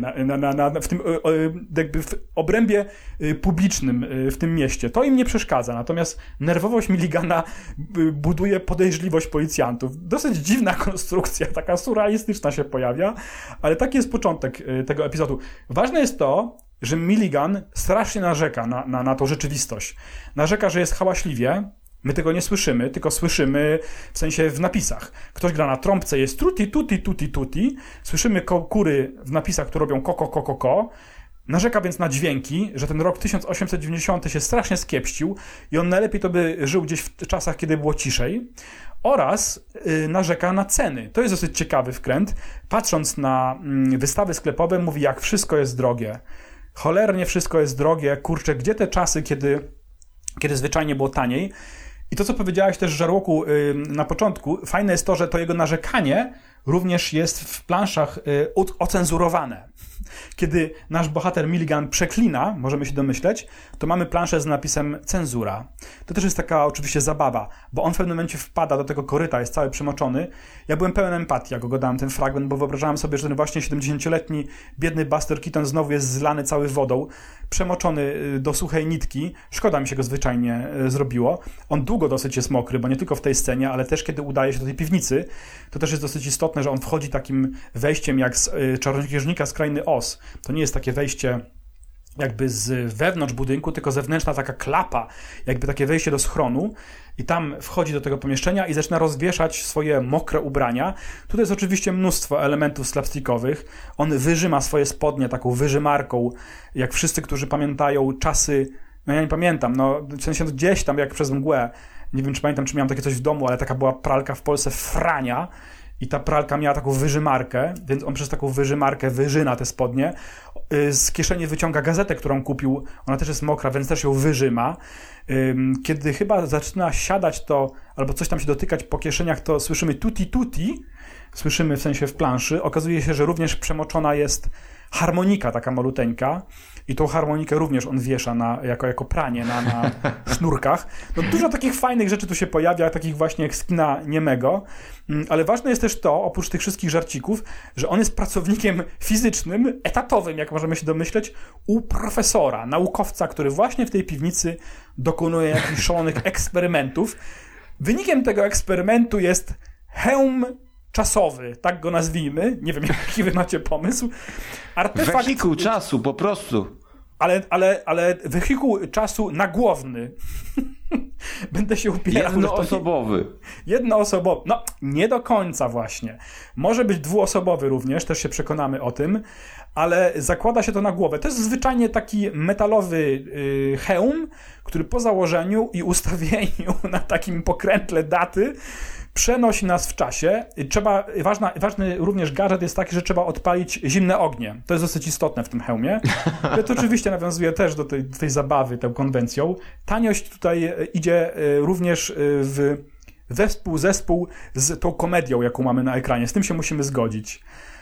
w tym jakby w obrębie publicznym w tym mieście. To im nie przeszkadza, natomiast nerwowość Milligana buduje podejrzliwość policjantów. Dosyć dziwna konstrukcja, taka surrealistyczna się pojawia, ale taki jest początek tego epizodu. Ważne jest to, że Milligan strasznie narzeka na tą rzeczywistość. Narzeka, że jest hałaśliwie. My tego nie słyszymy, tylko słyszymy w sensie w napisach. Ktoś gra na trąbce, jest truti, tuti, tuti, tuti. Słyszymy kury w napisach, które robią koko, koko, ko. Narzeka więc na dźwięki, że ten rok 1890 się strasznie skiepścił i on najlepiej to by żył gdzieś w czasach, kiedy było ciszej. Oraz narzeka na ceny. To jest dosyć ciekawy wkręt. Patrząc na wystawy sklepowe, mówi, jak wszystko jest drogie. Cholernie wszystko jest drogie. Kurczę, gdzie te czasy, kiedy zwyczajnie było taniej? I to, co powiedziałeś też, Żarłoku, na początku, fajne jest to, że to jego narzekanie również jest w planszach ocenzurowane. Kiedy nasz bohater Milligan przeklina, możemy się domyśleć, to mamy planszę z napisem cenzura. To też jest taka oczywiście zabawa, bo on w pewnym momencie wpada do tego koryta, jest cały przemoczony. Ja byłem pełen empatii, jak oglądałem ten fragment, bo wyobrażałem sobie, że ten właśnie 70-letni biedny Buster Keaton znowu jest zlany cały wodą, przemoczony do suchej nitki. Szkoda mi się go zwyczajnie zrobiło. On długo dosyć jest mokry, bo nie tylko w tej scenie, ale też kiedy udaje się do tej piwnicy, to też jest dosyć istotne, że on wchodzi takim wejściem jak z Czarnoksiężnika z Krainy Oz. To nie jest takie wejście jakby z wewnątrz budynku, tylko zewnętrzna taka klapa, jakby takie wejście do schronu i tam wchodzi do tego pomieszczenia i zaczyna rozwieszać swoje mokre ubrania. Tutaj jest oczywiście mnóstwo elementów slapstickowych. On wyżyma swoje spodnie taką wyżymarką, jak wszyscy, którzy pamiętają czasy, no ja nie pamiętam, no w sensie gdzieś tam jak przez mgłę, nie wiem czy pamiętam, czy miałem takie coś w domu, ale taka była pralka w Polsce Frania, i ta pralka miała taką wyżymarkę, więc on przez taką wyżymarkę wyżyna te spodnie. Z kieszeni wyciąga gazetę, którą kupił. Ona też jest mokra, więc też ją wyżyma. Kiedy chyba zaczyna siadać to, albo coś tam się dotykać po kieszeniach, to słyszymy tuti tuti. Słyszymy w sensie w planszy. Okazuje się, że również przemoczona jest harmonika taka maluteńka. i tą harmonikę również on wiesza jako pranie na sznurkach. No dużo takich fajnych rzeczy tu się pojawia, takich właśnie jak z kina niemego, ale ważne jest też to, oprócz tych wszystkich żarcików, że on jest pracownikiem fizycznym, etatowym, jak możemy się domyśleć, u profesora, naukowca, który właśnie w tej piwnicy dokonuje jakichś szalonych eksperymentów. Wynikiem tego eksperymentu jest hełm czasowy, tak go nazwijmy. Nie wiem, jaki wy macie pomysł. Artefakt... Wehikuł czasu, po prostu. Ale wehikuł czasu nagłowny. Będę się upierał. Jednoosobowy. No, nie do końca właśnie. Może być dwuosobowy również, też się przekonamy o tym, ale zakłada się to na głowę. To jest zwyczajnie taki metalowy hełm, który po założeniu i ustawieniu na takim pokrętle daty przenosi nas w czasie. Ważny również gadżet jest taki, że trzeba odpalić zimne ognie. To jest dosyć istotne w tym hełmie. To oczywiście nawiązuje też do tej zabawy, tą konwencją. Taniość tutaj idzie również w zespół z tą komedią, jaką mamy na ekranie. Z tym się musimy zgodzić.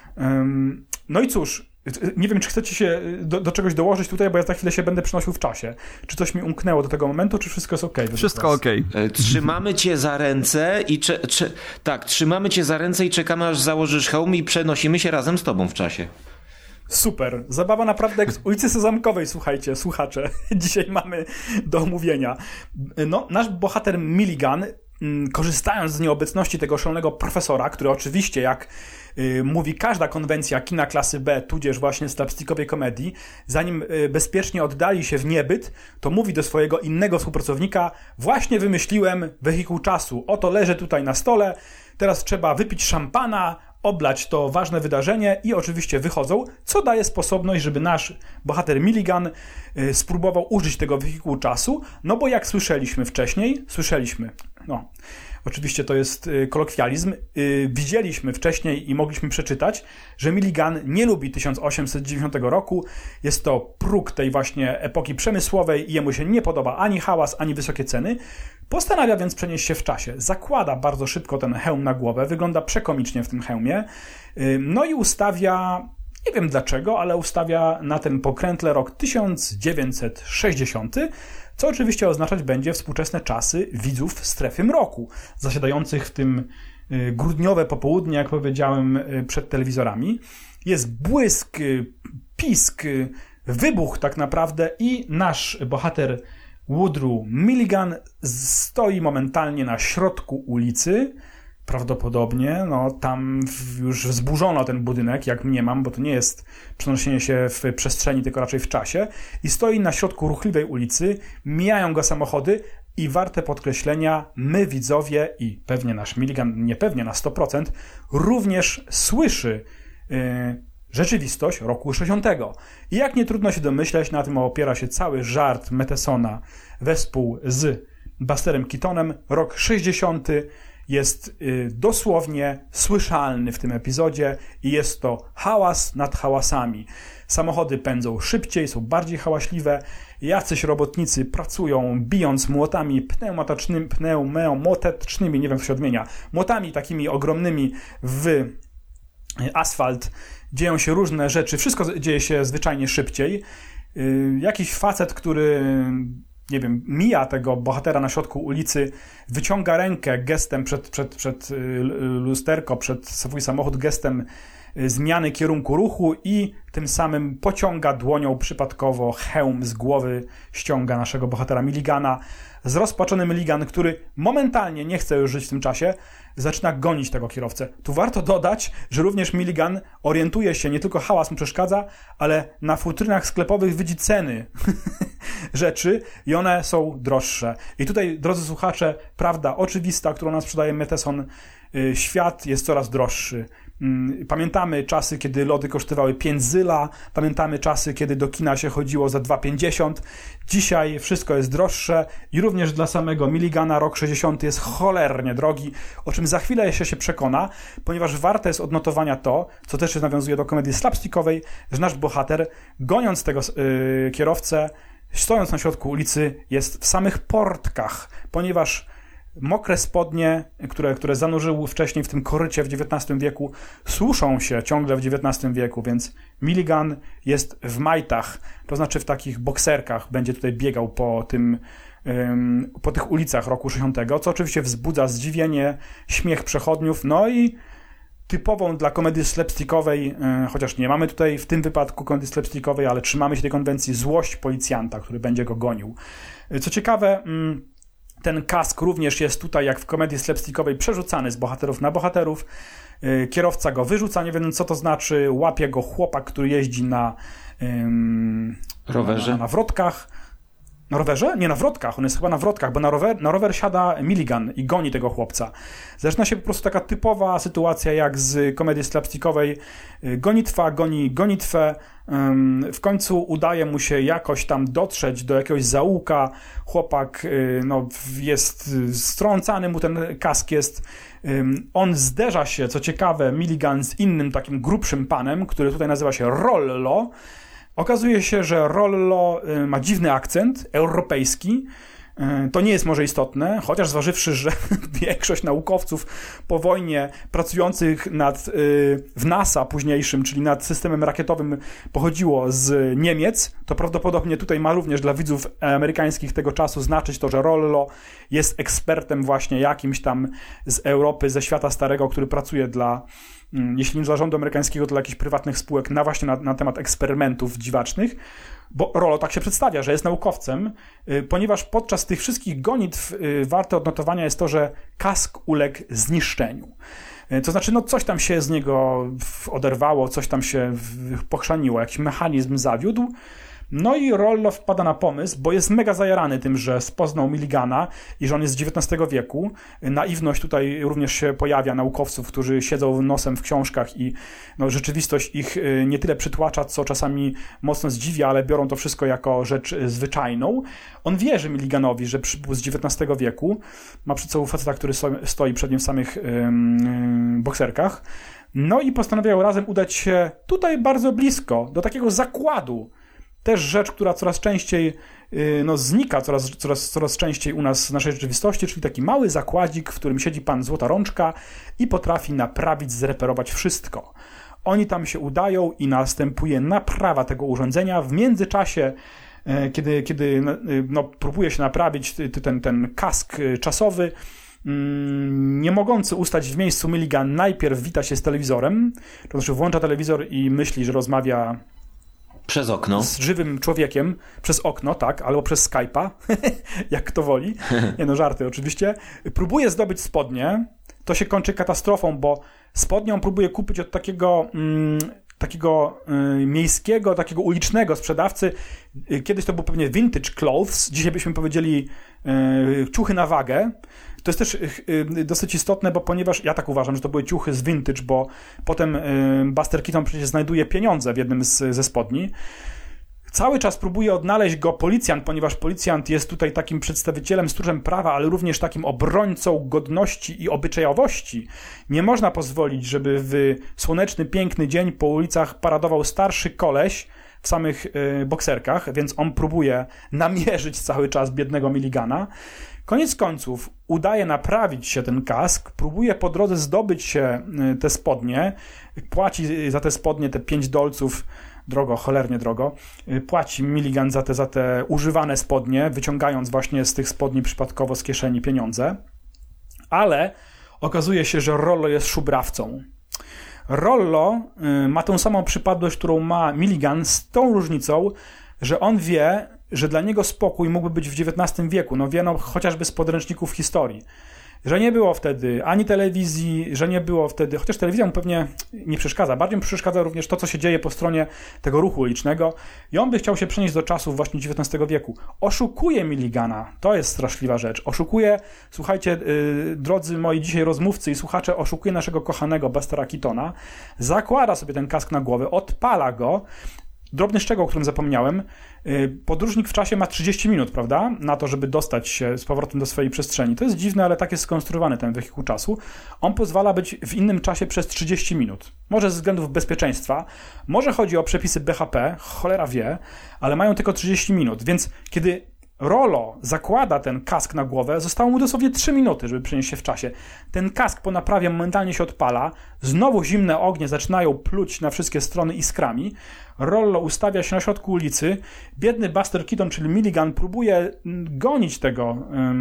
No i cóż, nie wiem, czy chcecie się do czegoś dołożyć tutaj, bo ja za chwilę się będę przenosił w czasie. Czy coś mi umknęło do tego momentu, czy wszystko jest okej? Wszystko okej. Trzymamy cię za ręce i trzymamy cię za ręce i czekamy, aż założysz hełm i przenosimy się razem z tobą w czasie. Super. Zabawa naprawdę jak z ulicy Sezamkowej, słuchajcie, słuchacze. Dzisiaj mamy do omówienia. No, nasz bohater Milligan, korzystając z nieobecności tego szalonego profesora, który oczywiście, jak mówi każda konwencja kina klasy B, tudzież właśnie slapstickowej komedii, zanim bezpiecznie oddali się w niebyt, to mówi do swojego innego współpracownika: właśnie wymyśliłem wehikuł czasu, oto leży tutaj na stole, teraz trzeba wypić szampana, oblać to ważne wydarzenie i oczywiście wychodzą, co daje sposobność, żeby nasz bohater Milligan spróbował użyć tego wehikułu czasu, no bo jak słyszeliśmy wcześniej, oczywiście to jest kolokwializm, widzieliśmy wcześniej i mogliśmy przeczytać, że Milligan nie lubi 1890 roku, jest to próg tej właśnie epoki przemysłowej i jemu się nie podoba ani hałas, ani wysokie ceny. Postanawia więc przenieść się w czasie. Zakłada bardzo szybko ten hełm na głowę, wygląda przekomicznie w tym hełmie, no i ustawia, nie wiem dlaczego, ale ustawia na tym pokrętle rok 1960, co oczywiście oznaczać będzie współczesne czasy widzów strefy mroku, zasiadających w tym grudniowe popołudnie, jak powiedziałem, przed telewizorami. Jest błysk, pisk, wybuch tak naprawdę i nasz bohater Woodrow Milligan stoi momentalnie na środku ulicy. Prawdopodobnie, tam już zburzono ten budynek, jak mniemam, bo to nie jest przenoszenie się w przestrzeni, tylko raczej w czasie. I stoi na środku ruchliwej ulicy, mijają go samochody i warte podkreślenia, my widzowie i pewnie nasz Milligan, niepewnie na 100%, również słyszy rzeczywistość roku 60. I jak nie trudno się domyśleć, na tym opiera się cały żart Mathesona wespół z Busterem Keatonem. Rok 60. jest dosłownie słyszalny w tym epizodzie i jest to hałas nad hałasami. Samochody pędzą szybciej, są bardziej hałaśliwe, jacyś robotnicy pracują, bijąc młotami pneumatycznymi, nie wiem, co się odmienia, młotami takimi ogromnymi w asfalt. Dzieją się różne rzeczy, wszystko dzieje się zwyczajnie szybciej. Jakiś facet, który, nie wiem, mija tego bohatera na środku ulicy, wyciąga rękę gestem przed lusterko, przed swój samochód, gestem zmiany kierunku ruchu i tym samym pociąga dłonią przypadkowo hełm z głowy, ściąga naszego bohatera Milligana. Zrozpaczony Milligan, który momentalnie nie chce już żyć w tym czasie, zaczyna gonić tego kierowcę. Tu warto dodać, że również Milligan orientuje się, nie tylko hałas mu przeszkadza, ale na futrynach sklepowych widzi ceny rzeczy i one są droższe. I tutaj, drodzy słuchacze, prawda oczywista, którą nam sprzedaje Matheson, świat jest coraz droższy. Pamiętamy czasy, kiedy lody kosztowały 5 zyla, pamiętamy czasy, kiedy do kina się chodziło za 2,50. Dzisiaj wszystko jest droższe i również dla samego Milligana rok 60 jest cholernie drogi, o czym za chwilę się przekona, ponieważ warte jest odnotowania to, co też nawiązuje do komedii slapstickowej, że nasz bohater, goniąc tego kierowcę, stojąc na środku ulicy, jest w samych portkach, ponieważ mokre spodnie, które zanurzył wcześniej w tym korycie w XIX wieku, suszą się ciągle w XIX wieku, więc Milligan jest w majtach, to znaczy w takich bokserkach, będzie tutaj biegał po tych ulicach roku 60, co oczywiście wzbudza zdziwienie, śmiech przechodniów, no i typową dla komedii slapstickowej, chociaż nie mamy tutaj w tym wypadku komedii slapstickowej, ale trzymamy się tej konwencji, złość policjanta, który będzie go gonił. Co ciekawe, ten kask również jest tutaj, jak w komedii slapstickowej, przerzucany z bohaterów na bohaterów. Kierowca go wyrzuca, nie wiem co to znaczy, łapie go chłopak, który jeździ na rowerze. Na wrotkach. Na rowerze? Nie, na wrotkach. On jest chyba na wrotkach, bo na rower siada Milligan i goni tego chłopca. Zaczyna się po prostu taka typowa sytuacja jak z komedii slapstickowej. Gonitwa goni gonitwę. W końcu udaje mu się jakoś tam dotrzeć do jakiegoś zaułka. Chłopak jest strącany, mu ten kask jest. On zderza się, co ciekawe, Milligan z innym takim grubszym panem, który tutaj nazywa się Rollo. Okazuje się, że Rollo ma dziwny akcent, europejski. To nie jest może istotne, chociaż zważywszy, że większość naukowców po wojnie pracujących w NASA późniejszym, czyli nad systemem rakietowym, pochodziło z Niemiec, to prawdopodobnie tutaj ma również dla widzów amerykańskich tego czasu znaczyć to, że Rollo jest ekspertem właśnie jakimś tam z Europy, ze świata starego, który pracuje jeśli nie dla rządu amerykańskiego, to dla jakichś prywatnych spółek właśnie na temat eksperymentów dziwacznych, bo Rollo tak się przedstawia, że jest naukowcem, ponieważ podczas tych wszystkich gonitw warte odnotowania jest to, że kask uległ zniszczeniu. To znaczy, coś tam się z niego oderwało, coś tam się pochrzaniło, jakiś mechanizm zawiódł. No i Rollo wpada na pomysł, bo jest mega zajarany tym, że poznał Milligana i że on jest z XIX wieku. Naiwność tutaj również się pojawia naukowców, którzy siedzą nosem w książkach i rzeczywistość ich nie tyle przytłacza, co czasami mocno zdziwia, ale biorą to wszystko jako rzecz zwyczajną. On wierzy Milliganowi, że przybył z XIX wieku. Ma przed sobą faceta, który stoi przed nim w samych bokserkach. No i postanawiają razem udać się tutaj bardzo blisko, do takiego zakładu. Też rzecz, która coraz częściej znika, coraz częściej u nas w naszej rzeczywistości, czyli taki mały zakładzik, w którym siedzi pan Złota Rączka i potrafi naprawić, zreperować wszystko. Oni tam się udają i następuje naprawa tego urządzenia. W międzyczasie, kiedy próbuje się naprawić ten kask czasowy, nie mogący ustać w miejscu Milligan najpierw wita się z telewizorem, to znaczy włącza telewizor i myśli, że rozmawia przez okno. Z żywym człowiekiem, przez okno, tak, albo przez Skype'a, jak kto woli. Nie żarty oczywiście. Próbuje zdobyć spodnie. To się kończy katastrofą, bo spodnie on próbuje kupić od takiego miejskiego, takiego ulicznego sprzedawcy. Kiedyś to był pewnie vintage clothes, dzisiaj byśmy powiedzieli ciuchy na wagę. To jest też dosyć istotne, bo ponieważ ja tak uważam, że to były ciuchy z vintage, bo potem Buster Keaton przecież znajduje pieniądze w jednym ze spodni. Cały czas próbuje odnaleźć go policjant, ponieważ policjant jest tutaj takim przedstawicielem, stróżem prawa, ale również takim obrońcą godności i obyczajowości. Nie można pozwolić, żeby w słoneczny, piękny dzień po ulicach paradował starszy koleś w samych bokserkach, więc on próbuje namierzyć cały czas biednego Milligana. Koniec końców udaje naprawić się ten kask, próbuje po drodze zdobyć się te spodnie, płaci za te spodnie te $5, drogo, cholernie drogo, płaci Milligan za te używane spodnie, wyciągając właśnie z tych spodni przypadkowo z kieszeni pieniądze, ale okazuje się, że Rollo jest szubrawcą. Rollo ma tą samą przypadłość, którą ma Milligan, z tą różnicą, że on wie, że dla niego spokój mógłby być w XIX wieku. Wie chociażby z podręczników historii. Że nie było wtedy ani telewizji, że nie było wtedy, chociaż telewizja mu pewnie nie przeszkadza, bardziej mu przeszkadza również to, co się dzieje po stronie tego ruchu ulicznego i on by chciał się przenieść do czasów właśnie XIX wieku. Oszukuje Milligana, to jest straszliwa rzecz. Oszukuje, słuchajcie, drodzy moi dzisiaj rozmówcy i słuchacze, oszukuje naszego kochanego Bustera Keatona, zakłada sobie ten kask na głowę, odpala go. Drobny szczegół, o którym zapomniałem. Podróżnik w czasie ma 30 minut, prawda? Na to, żeby dostać się z powrotem do swojej przestrzeni. To jest dziwne, ale tak jest skonstruowany ten wehikuł czasu. On pozwala być w innym czasie przez 30 minut. Może ze względów bezpieczeństwa, może chodzi o przepisy BHP, cholera wie, ale mają tylko 30 minut. Więc kiedy Rollo zakłada ten kask na głowę, zostało mu dosłownie 3 minuty, żeby przenieść się w czasie. Ten kask po naprawie momentalnie się odpala, znowu zimne ognie zaczynają pluć na wszystkie strony iskrami. Rollo ustawia się na środku ulicy. Biedny Buster Keaton, czyli Milligan, próbuje gonić tego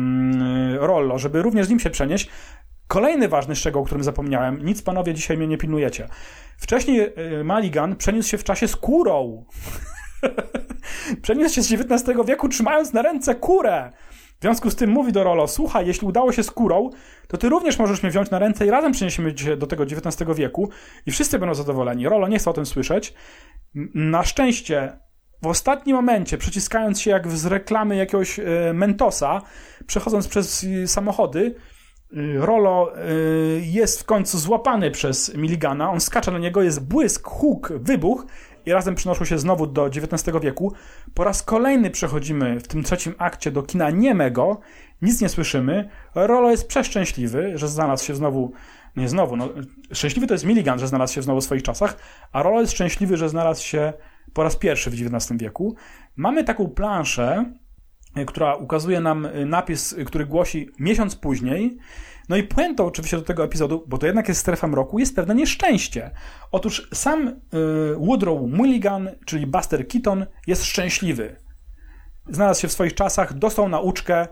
Rollo, żeby również z nim się przenieść. Kolejny ważny szczegół, o którym zapomniałem. Nic, panowie, dzisiaj mnie nie pilnujecie. Wcześniej Milligan przeniósł się w czasie z kurą. Przeniósł się z XIX wieku, trzymając na ręce kurę. W związku z tym mówi do Rollo: słuchaj, jeśli udało się z kurą, to ty również możesz mnie wziąć na ręce i razem przeniesiemy cię do tego XIX wieku i wszyscy będą zadowoleni. Rollo nie chce o tym słyszeć. Na szczęście w ostatnim momencie, przyciskając się jak z reklamy jakiegoś Mentosa, przechodząc przez samochody, Rollo jest w końcu złapany przez Milligana. On skacze na niego, jest błysk, huk, wybuch i razem przenoszą się znowu do XIX wieku. Po raz kolejny przechodzimy w tym trzecim akcie do kina niemego. Nic nie słyszymy. Rollo jest przeszczęśliwy, że znalazł się znowu... Nie znowu, no, szczęśliwy to jest Milligan, że znalazł się znowu w swoich czasach, a Rollo jest szczęśliwy, że znalazł się po raz pierwszy w XIX wieku. Mamy taką planszę, która ukazuje nam napis, który głosi miesiąc później. No i puentą oczywiście do tego epizodu, bo to jednak jest strefa mroku, jest pewne nieszczęście. Otóż sam Woodrow Milligan, czyli Buster Keaton, jest szczęśliwy. Znalazł się w swoich czasach, dostał nauczkę,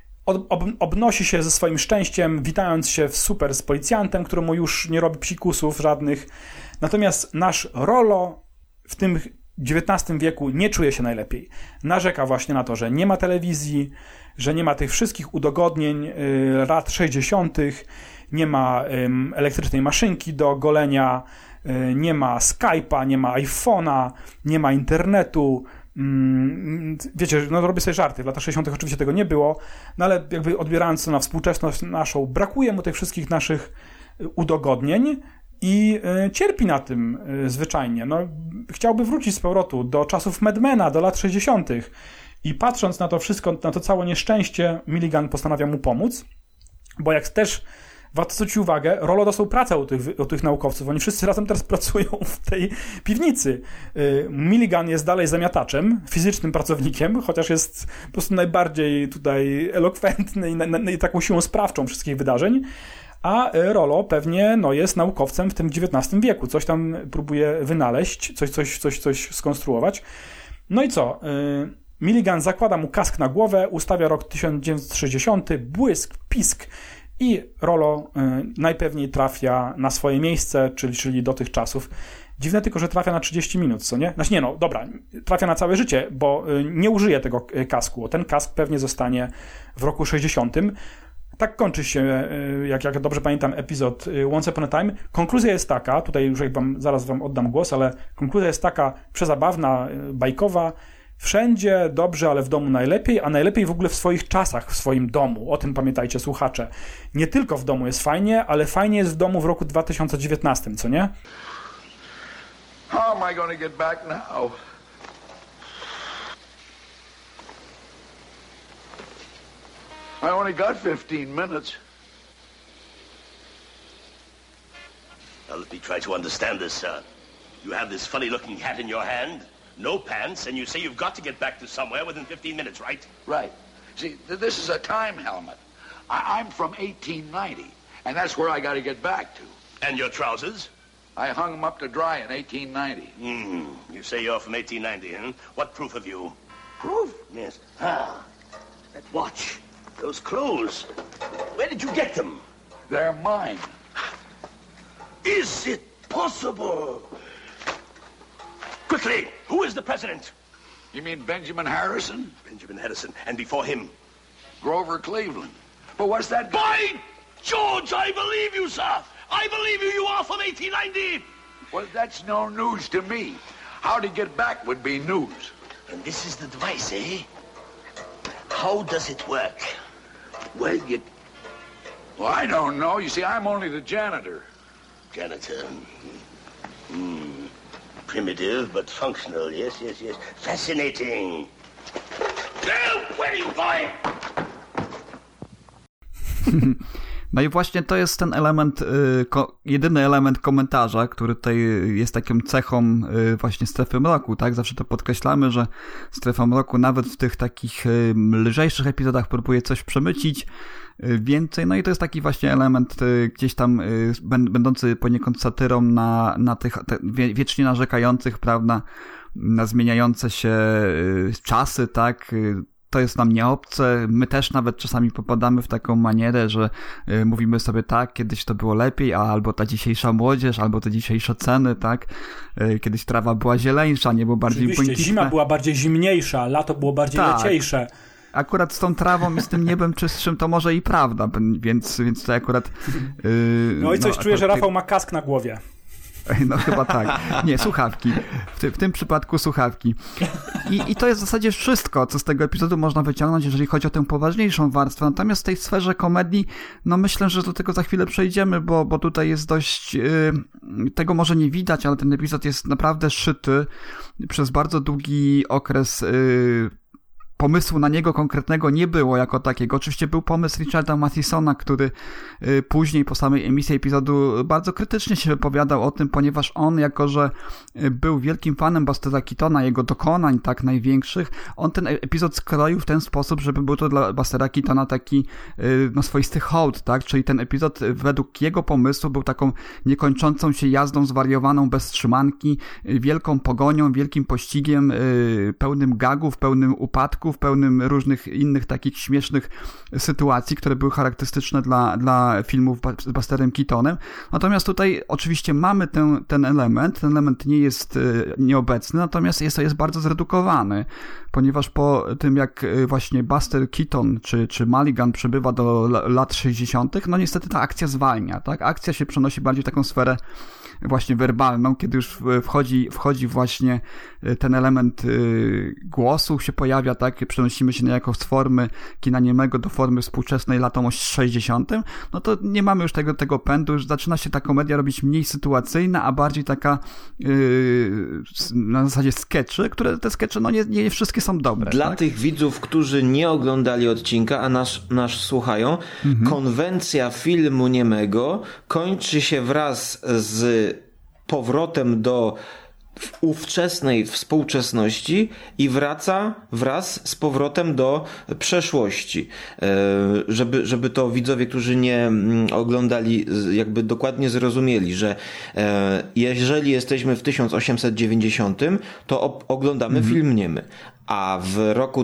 obnosi się ze swoim szczęściem, witając się super z policjantem, któremu już nie robi psikusów żadnych. Natomiast nasz Rollo w tym XIX wieku nie czuje się najlepiej. Narzeka właśnie na to, że nie ma telewizji, że nie ma tych wszystkich udogodnień lat 60., nie ma elektrycznej maszynki do golenia, nie ma Skype'a, nie ma iPhone'a, nie ma internetu. Wiecie, no robię sobie żarty, w latach 60. oczywiście tego nie było, no ale jakby odbierając to na współczesność naszą, brakuje mu tych wszystkich naszych udogodnień i cierpi na tym zwyczajnie. No, chciałby wrócić z powrotu do czasów Madmana, do lat 60. I patrząc na to wszystko, na to całe nieszczęście, Milligan postanawia mu pomóc, bo jak też warto zwrócić uwagę, Rollo dostał pracę u tych naukowców. Oni wszyscy razem teraz pracują w tej piwnicy. Milligan jest dalej zamiataczem, fizycznym pracownikiem, chociaż jest po prostu najbardziej tutaj elokwentny i taką siłą sprawczą wszystkich wydarzeń. A Rollo pewnie jest naukowcem w tym XIX wieku. Coś tam próbuje wynaleźć, coś skonstruować. No i co? Milligan zakłada mu kask na głowę, ustawia rok 1960, błysk, pisk i Rollo najpewniej trafia na swoje miejsce, czyli do tych czasów. Dziwne tylko, że trafia na 30 minut, co nie? Znaczy nie, no dobra, trafia na całe życie, bo nie użyje tego kasku. Ten kask pewnie zostanie w roku 60. Tak kończy się, jak dobrze pamiętam, epizod Once Upon a Time. Konkluzja jest taka, tutaj już zaraz wam oddam głos, ale konkluzja jest taka przezabawna, bajkowa. Wszędzie dobrze, ale w domu najlepiej, a najlepiej w ogóle w swoich czasach, w swoim domu. O tym pamiętajcie, słuchacze. Nie tylko w domu jest fajnie, ale fajnie jest w domu w roku 2019, co nie? How am I going to get back now? I only got 15 minutes. Now let me try to understand this, sir. You have this funny-looking hat in your hand, no pants, and you say you've got to get back to somewhere within 15 minutes, right? Right. See, this is a time helmet. I'm from 1890, and that's where I got to get back to. And your trousers? I hung them up to dry in 1890. You say you're from 1890, huh? What proof have you? Proof? Yes. Ah, that watch. Those clothes. Where did you get them? They're mine. Is it possible? Quickly, who is the president? You mean Benjamin Harrison? Benjamin Harrison. And before him? Grover Cleveland. But what's that? By George, I believe you, sir. I believe you. You are from 1890. Well, that's no news to me. How to get back would be news. And this is the device, eh? How does it work? Well, I don't know. You see, I'm only the janitor. Janitor. Primitive, but functional. Yes. Fascinating. Where are you going? No i właśnie to jest ten element, jedyny element komentarza, który tutaj jest taką cechą właśnie Strefy Mroku, tak? Zawsze to podkreślamy, że Strefa Mroku nawet w tych takich lżejszych epizodach próbuje coś przemycić więcej, no i to jest taki właśnie element gdzieś tam będący poniekąd satyrą na tych wiecznie narzekających, prawda, na zmieniające się czasy, tak? To jest nam nieobce. My też nawet czasami popadamy w taką manierę, że mówimy sobie tak, kiedyś to było lepiej, albo ta dzisiejsza młodzież, albo te dzisiejsze ceny, tak? Kiedyś trawa była zieleńsza, niebo bardziej błękitne. Zima była bardziej zimniejsza, lato było bardziej leciejsze. Akurat z tą trawą i z tym niebem czystszym to może i prawda, więc to akurat... No i coś czuję, że Rafał ma kask na głowie. No chyba tak. Nie, słuchawki. W tym przypadku słuchawki. I to jest w zasadzie wszystko, co z tego epizodu można wyciągnąć, jeżeli chodzi o tę poważniejszą warstwę. Natomiast w tej sferze komedii, no myślę, że do tego za chwilę przejdziemy, bo tutaj jest dość... tego może nie widać, ale ten epizod jest naprawdę szyty przez bardzo długi okres... Pomysłu na niego konkretnego nie było jako takiego. Oczywiście był pomysł Richarda Mathesona, który później po samej emisji epizodu bardzo krytycznie się wypowiadał o tym, ponieważ on, jako że był wielkim fanem Bustera Keatona, jego dokonań tak największych, on ten epizod skroił w ten sposób, żeby był to dla Bustera Keatona taki no swoisty hołd, tak? Czyli ten epizod według jego pomysłu był taką niekończącą się jazdą zwariowaną bez trzymanki, wielką pogonią, wielkim pościgiem, pełnym gagów, pełnym upadków, pełnym różnych innych takich śmiesznych sytuacji, które były charakterystyczne dla filmów z Busterem Keatonem. Natomiast tutaj oczywiście mamy ten element nie jest nieobecny, natomiast jest bardzo zredukowany, ponieważ po tym jak właśnie Buster Keaton czy Mulligan przybywa do lat 60., no niestety ta akcja zwalnia, tak? Akcja się przenosi bardziej w taką sferę właśnie werbalną, kiedy już wchodzi właśnie ten element głosu się pojawia, tak, przenosimy się niejako z formy kina niemego do formy współczesnej latom 60., no to nie mamy już tego pędu, już zaczyna się ta komedia robić mniej sytuacyjna, a bardziej taka na zasadzie skeczy, które te skecze, no nie wszystkie są dobre. Dla tak? tych widzów, którzy nie oglądali odcinka, a nas słuchają, konwencja filmu niemego kończy się wraz z powrotem do ówczesnej współczesności i wraca wraz z powrotem do przeszłości. Żeby to widzowie, którzy nie oglądali, jakby dokładnie zrozumieli, że jeżeli jesteśmy w 1890, to oglądamy film niemy, a w roku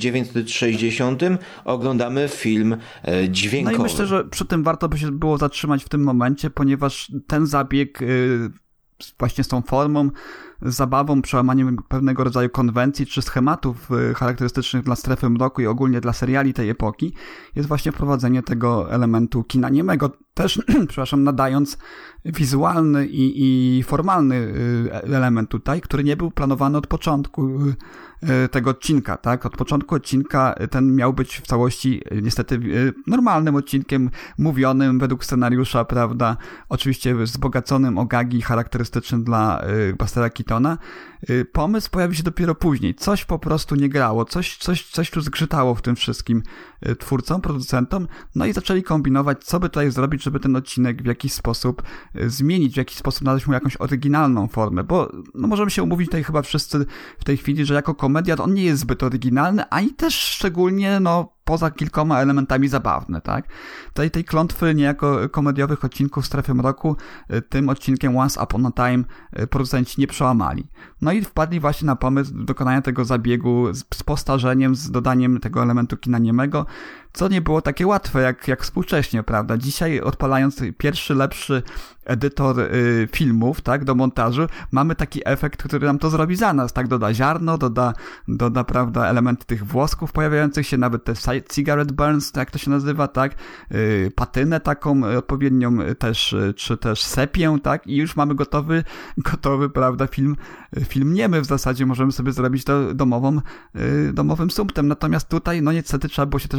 1960 oglądamy film dźwiękowy. No i myślę, że przy tym warto by się było zatrzymać w tym momencie, ponieważ ten zabieg właśnie z tą formą, zabawą, przełamaniem pewnego rodzaju konwencji czy schematów charakterystycznych dla Strefy Mroku i ogólnie dla seriali tej epoki, jest właśnie wprowadzenie tego elementu kina niemego, też, przepraszam, nadając wizualny i formalny element tutaj, który nie był planowany od początku tego odcinka, tak? Od początku odcinka ten miał być w całości niestety normalnym odcinkiem, mówionym według scenariusza, prawda? Oczywiście wzbogaconym o gagi charakterystyczne dla Bustera Keatona. Pomysł pojawił się dopiero później. Coś po prostu nie grało, coś tu zgrzytało w tym wszystkim twórcom, producentom, no i zaczęli kombinować, co by tutaj zrobić, żeby ten odcinek w jakiś sposób zmienić, w jakiś sposób nadać mu jakąś oryginalną formę, bo no możemy się umówić tutaj chyba wszyscy w tej chwili, że jako komedia on nie jest zbyt oryginalny, ani też szczególnie, no, poza kilkoma elementami zabawne, tak? Tej klątwy niejako komediowych odcinków Strefy Mroku tym odcinkiem Once Upon a Time producenci nie przełamali. No i wpadli właśnie na pomysł dokonania tego zabiegu z postarzeniem, z dodaniem tego elementu kina niemego, co nie było takie łatwe jak współcześnie, prawda? Dzisiaj odpalając pierwszy, lepszy edytor filmów, tak, do montażu, mamy taki efekt, który nam to zrobi za nas, tak? Doda ziarno, doda, prawda, elementy tych włosków pojawiających się, nawet te cigarette burns, jak to się nazywa, tak? Patynę taką odpowiednią też, czy też sepię, tak? I już mamy gotowy, prawda, film niemy w zasadzie możemy sobie zrobić to domowym sumptem. Natomiast tutaj, no niestety trzeba było się troszeczkę namęczyć,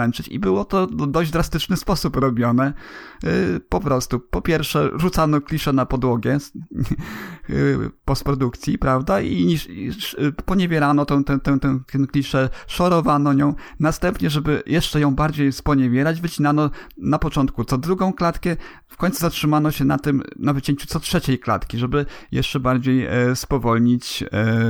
zmęczyć i było to w dość drastyczny sposób robione. Po prostu, po pierwsze rzucano klisze na podłogę postprodukcji, prawda, i poniewierano tę kliszę, szorowano nią. Następnie, żeby jeszcze ją bardziej sponiewierać, wycinano na początku co drugą klatkę, w końcu zatrzymano się na wycięciu co trzeciej klatki, żeby jeszcze bardziej spowolnić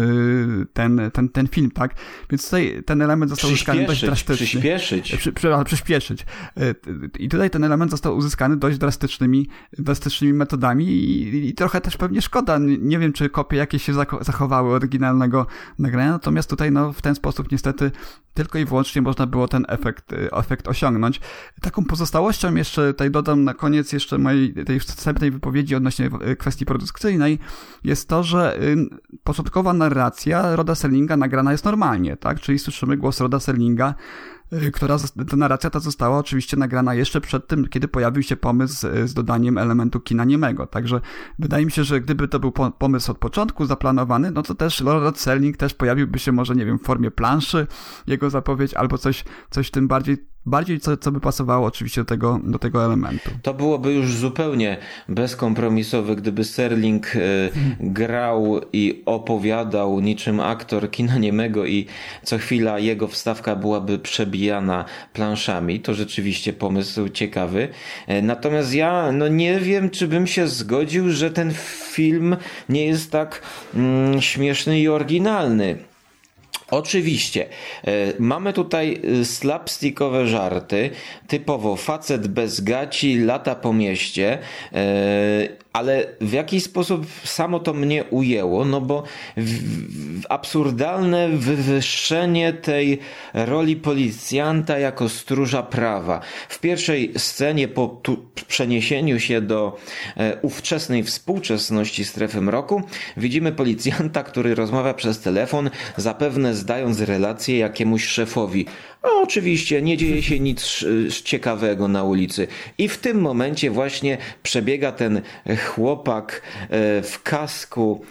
ten film, tak? Więc tutaj ten element został uzyskany dość drastycznie. Przyspieszyć. I tutaj ten element został uzyskany dość drastycznymi metodami i trochę też pewnie szkoda. Nie wiem, czy kopie jakieś się zachowały oryginalnego nagrania, natomiast tutaj w ten sposób niestety tylko i wyłącznie można było ten efekt osiągnąć. Taką pozostałością jeszcze tutaj dodam na koniec jeszcze mojej tej wstępnej wypowiedzi odnośnie kwestii produkcyjnej jest to, że początkowa narracja Roda Serlinga nagrana jest normalnie, tak? Czyli słyszymy głos Roda Serlinga, ta narracja ta została oczywiście nagrana jeszcze przed tym, kiedy pojawił się pomysł z dodaniem elementu kina niemego. Także wydaje mi się, że gdyby to był pomysł od początku zaplanowany, no to też Rod Serling też pojawiłby się może, nie wiem, w formie planszy, jego zapowiedź, albo coś tym bardziej co by pasowało oczywiście do tego elementu. To byłoby już zupełnie bezkompromisowe, gdyby Serling grał i opowiadał niczym aktor kina niemego i co chwila jego wstawka byłaby przebijana planszami. To rzeczywiście pomysł ciekawy. Natomiast ja nie wiem, czy bym się zgodził, że ten film nie jest tak śmieszny i oryginalny. Oczywiście, mamy tutaj slapstickowe żarty, typowo facet bez gaci lata po mieście, ale w jakiś sposób samo to mnie ujęło, no bo absurdalne wywyższenie tej roli policjanta jako stróża prawa. W pierwszej scenie po przeniesieniu się do ówczesnej współczesności strefy mroku widzimy policjanta, który rozmawia przez telefon, zapewne zdając relację jakiemuś szefowi. No, oczywiście nie dzieje się nic ciekawego na ulicy. I w tym momencie właśnie przebiega ten chłopak w kasku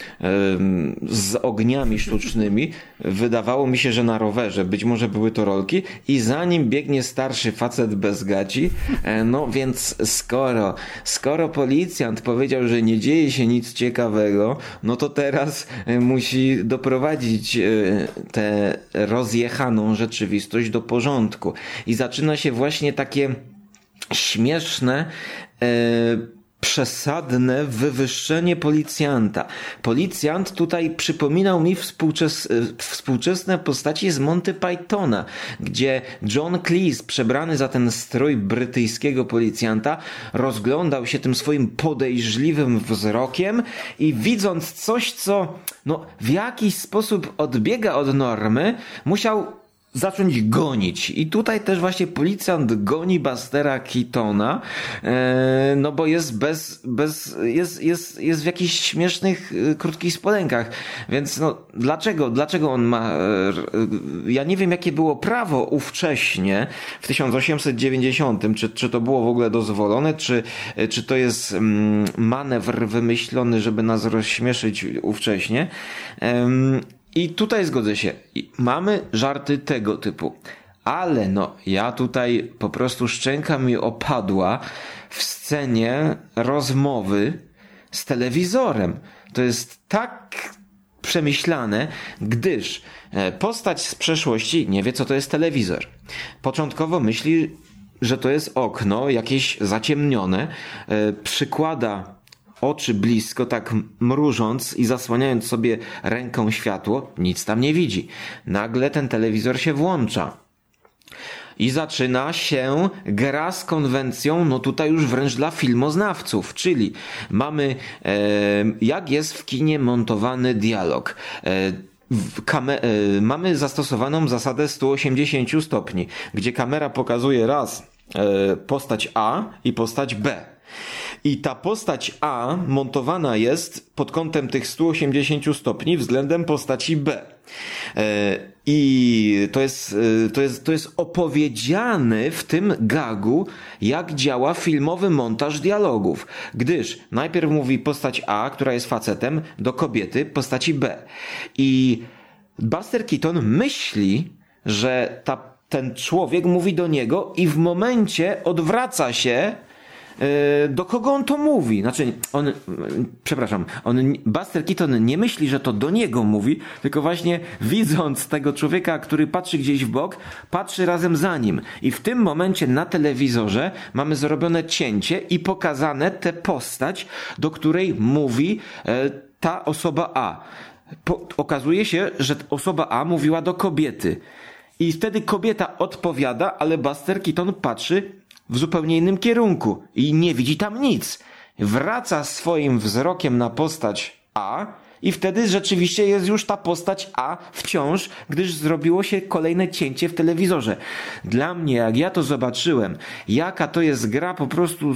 z ogniami sztucznymi. Wydawało mi się, że na rowerze. Być może były to rolki. I za nim biegnie starszy facet bez gaci. No więc skoro policjant powiedział, że nie dzieje się nic ciekawego, no to teraz musi doprowadzić tę rozjechaną rzeczywistość do porządku. I zaczyna się właśnie takie śmieszne, przesadne wywyższenie policjanta. Policjant tutaj przypominał mi współczesne postaci z Monty Pythona, gdzie John Cleese, przebrany za ten strój brytyjskiego policjanta, rozglądał się tym swoim podejrzliwym wzrokiem i widząc coś, co w jakiś sposób odbiega od normy, musiał zacząć gonić. I tutaj też właśnie policjant goni Bustera Keatona, no bo jest jest w jakichś śmiesznych, krótkich spodenkach. Więc dlaczego on ma... Ja nie wiem, jakie było prawo ówcześnie, w 1890, czy to było w ogóle dozwolone, czy to jest manewr wymyślony, żeby nas rozśmieszyć ówcześnie. I tutaj zgodzę się. Mamy żarty tego typu. Ale ja tutaj po prostu szczęka mi opadła w scenie rozmowy z telewizorem. To jest tak przemyślane, gdyż postać z przeszłości nie wie, co to jest telewizor. Początkowo myśli, że to jest okno jakieś zaciemnione. Przykłada oczy blisko, tak mrużąc i zasłaniając sobie ręką światło, nic tam nie widzi. Nagle ten telewizor się włącza. I zaczyna się gra z konwencją, tutaj już wręcz dla filmoznawców, czyli mamy, jak jest w kinie montowany dialog. Mamy zastosowaną zasadę 180 stopni, gdzie kamera pokazuje raz postać A i postać B. I ta postać A montowana jest pod kątem tych 180 stopni względem postaci B. I to jest opowiedziane w tym gagu, jak działa filmowy montaż dialogów. Gdyż najpierw mówi postać A, która jest facetem, do kobiety, postaci B. I Buster Keaton myśli, że ta ten człowiek mówi do niego i w momencie odwraca się, do kogo on to mówi. Znaczy, Buster Keaton nie myśli, że to do niego mówi, tylko właśnie widząc tego człowieka, który patrzy gdzieś w bok, patrzy razem za nim. I w tym momencie na telewizorze mamy zrobione cięcie i pokazane tę postać, do której mówi ta osoba A. Okazuje się, że osoba A mówiła do kobiety. I wtedy kobieta odpowiada, ale Buster Keaton patrzy w zupełnie innym kierunku i nie widzi tam nic. Wraca swoim wzrokiem na postać A i wtedy rzeczywiście jest już ta postać A wciąż, gdyż zrobiło się kolejne cięcie w telewizorze. Dla mnie, jak ja to zobaczyłem, jaka to jest gra po prostu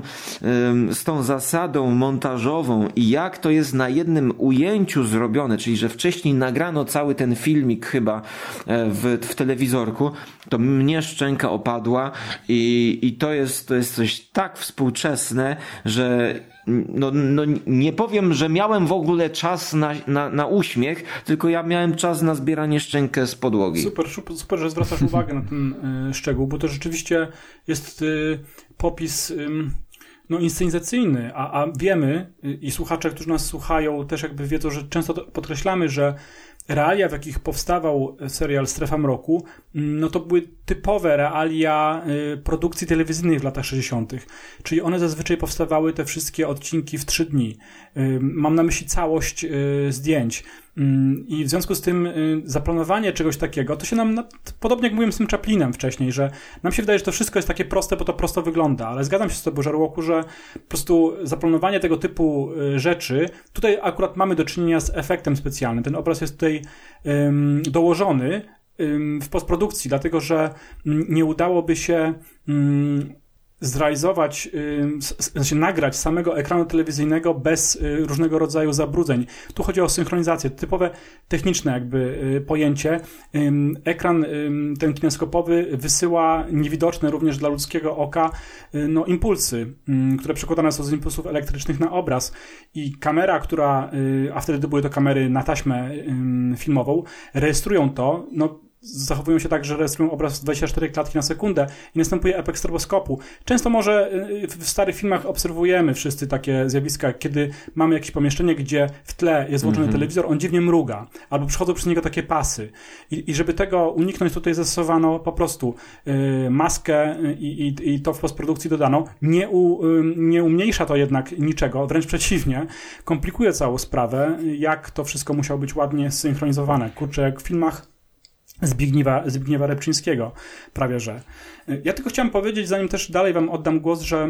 z tą zasadą montażową i jak to jest na jednym ujęciu zrobione, czyli że wcześniej nagrano cały ten filmik chyba w telewizorku, to mnie szczęka opadła i to jest coś tak współczesne, że nie powiem, że miałem w ogóle czas na uśmiech, tylko ja miałem czas na zbieranie szczękę z podłogi. Super, że zwracasz uwagę na ten szczegół, bo to rzeczywiście jest popis inscenizacyjny, a wiemy i słuchacze, którzy nas słuchają, też jakby wiedzą, że często podkreślamy, że realia, w jakich powstawał serial Strefa Mroku, to były typowe realia produkcji telewizyjnej w latach 60. Czyli one zazwyczaj powstawały, te wszystkie odcinki, w 3 dni. Mam na myśli całość zdjęć. I w związku z tym zaplanowanie czegoś takiego, to się nam, podobnie jak mówiłem z tym Chaplinem wcześniej, że nam się wydaje, że to wszystko jest takie proste, bo to prosto wygląda, ale zgadzam się z tobą, Żarłoku, że po prostu zaplanowanie tego typu rzeczy, tutaj akurat mamy do czynienia z efektem specjalnym. Ten obraz jest tutaj dołożony w postprodukcji, dlatego że nie udałoby się zrealizować, nagrać samego ekranu telewizyjnego bez różnego rodzaju zabrudzeń. Tu chodzi o synchronizację, typowe techniczne jakby pojęcie. Ekran ten kineskopowy wysyła niewidoczne również dla ludzkiego oka impulsy, które przekładane są z impulsów elektrycznych na obraz. I kamera, a wtedy były to kamery na taśmę filmową, rejestrują to, zachowują się tak, że rejestrują obraz w 24 klatki na sekundę i następuje efekt stroboskopu. Często może w starych filmach obserwujemy wszyscy takie zjawiska, kiedy mamy jakieś pomieszczenie, gdzie w tle jest włączony telewizor, on dziwnie mruga, albo przychodzą przez niego takie pasy. I żeby tego uniknąć, tutaj zastosowano po prostu maskę i to w postprodukcji dodano. Nie umniejsza to jednak niczego, wręcz przeciwnie, komplikuje całą sprawę, jak to wszystko musiało być ładnie zsynchronizowane. Kurczę, jak w filmach Zbigniewa Repczyńskiego, prawie że. Ja tylko chciałem powiedzieć, zanim też dalej wam oddam głos, że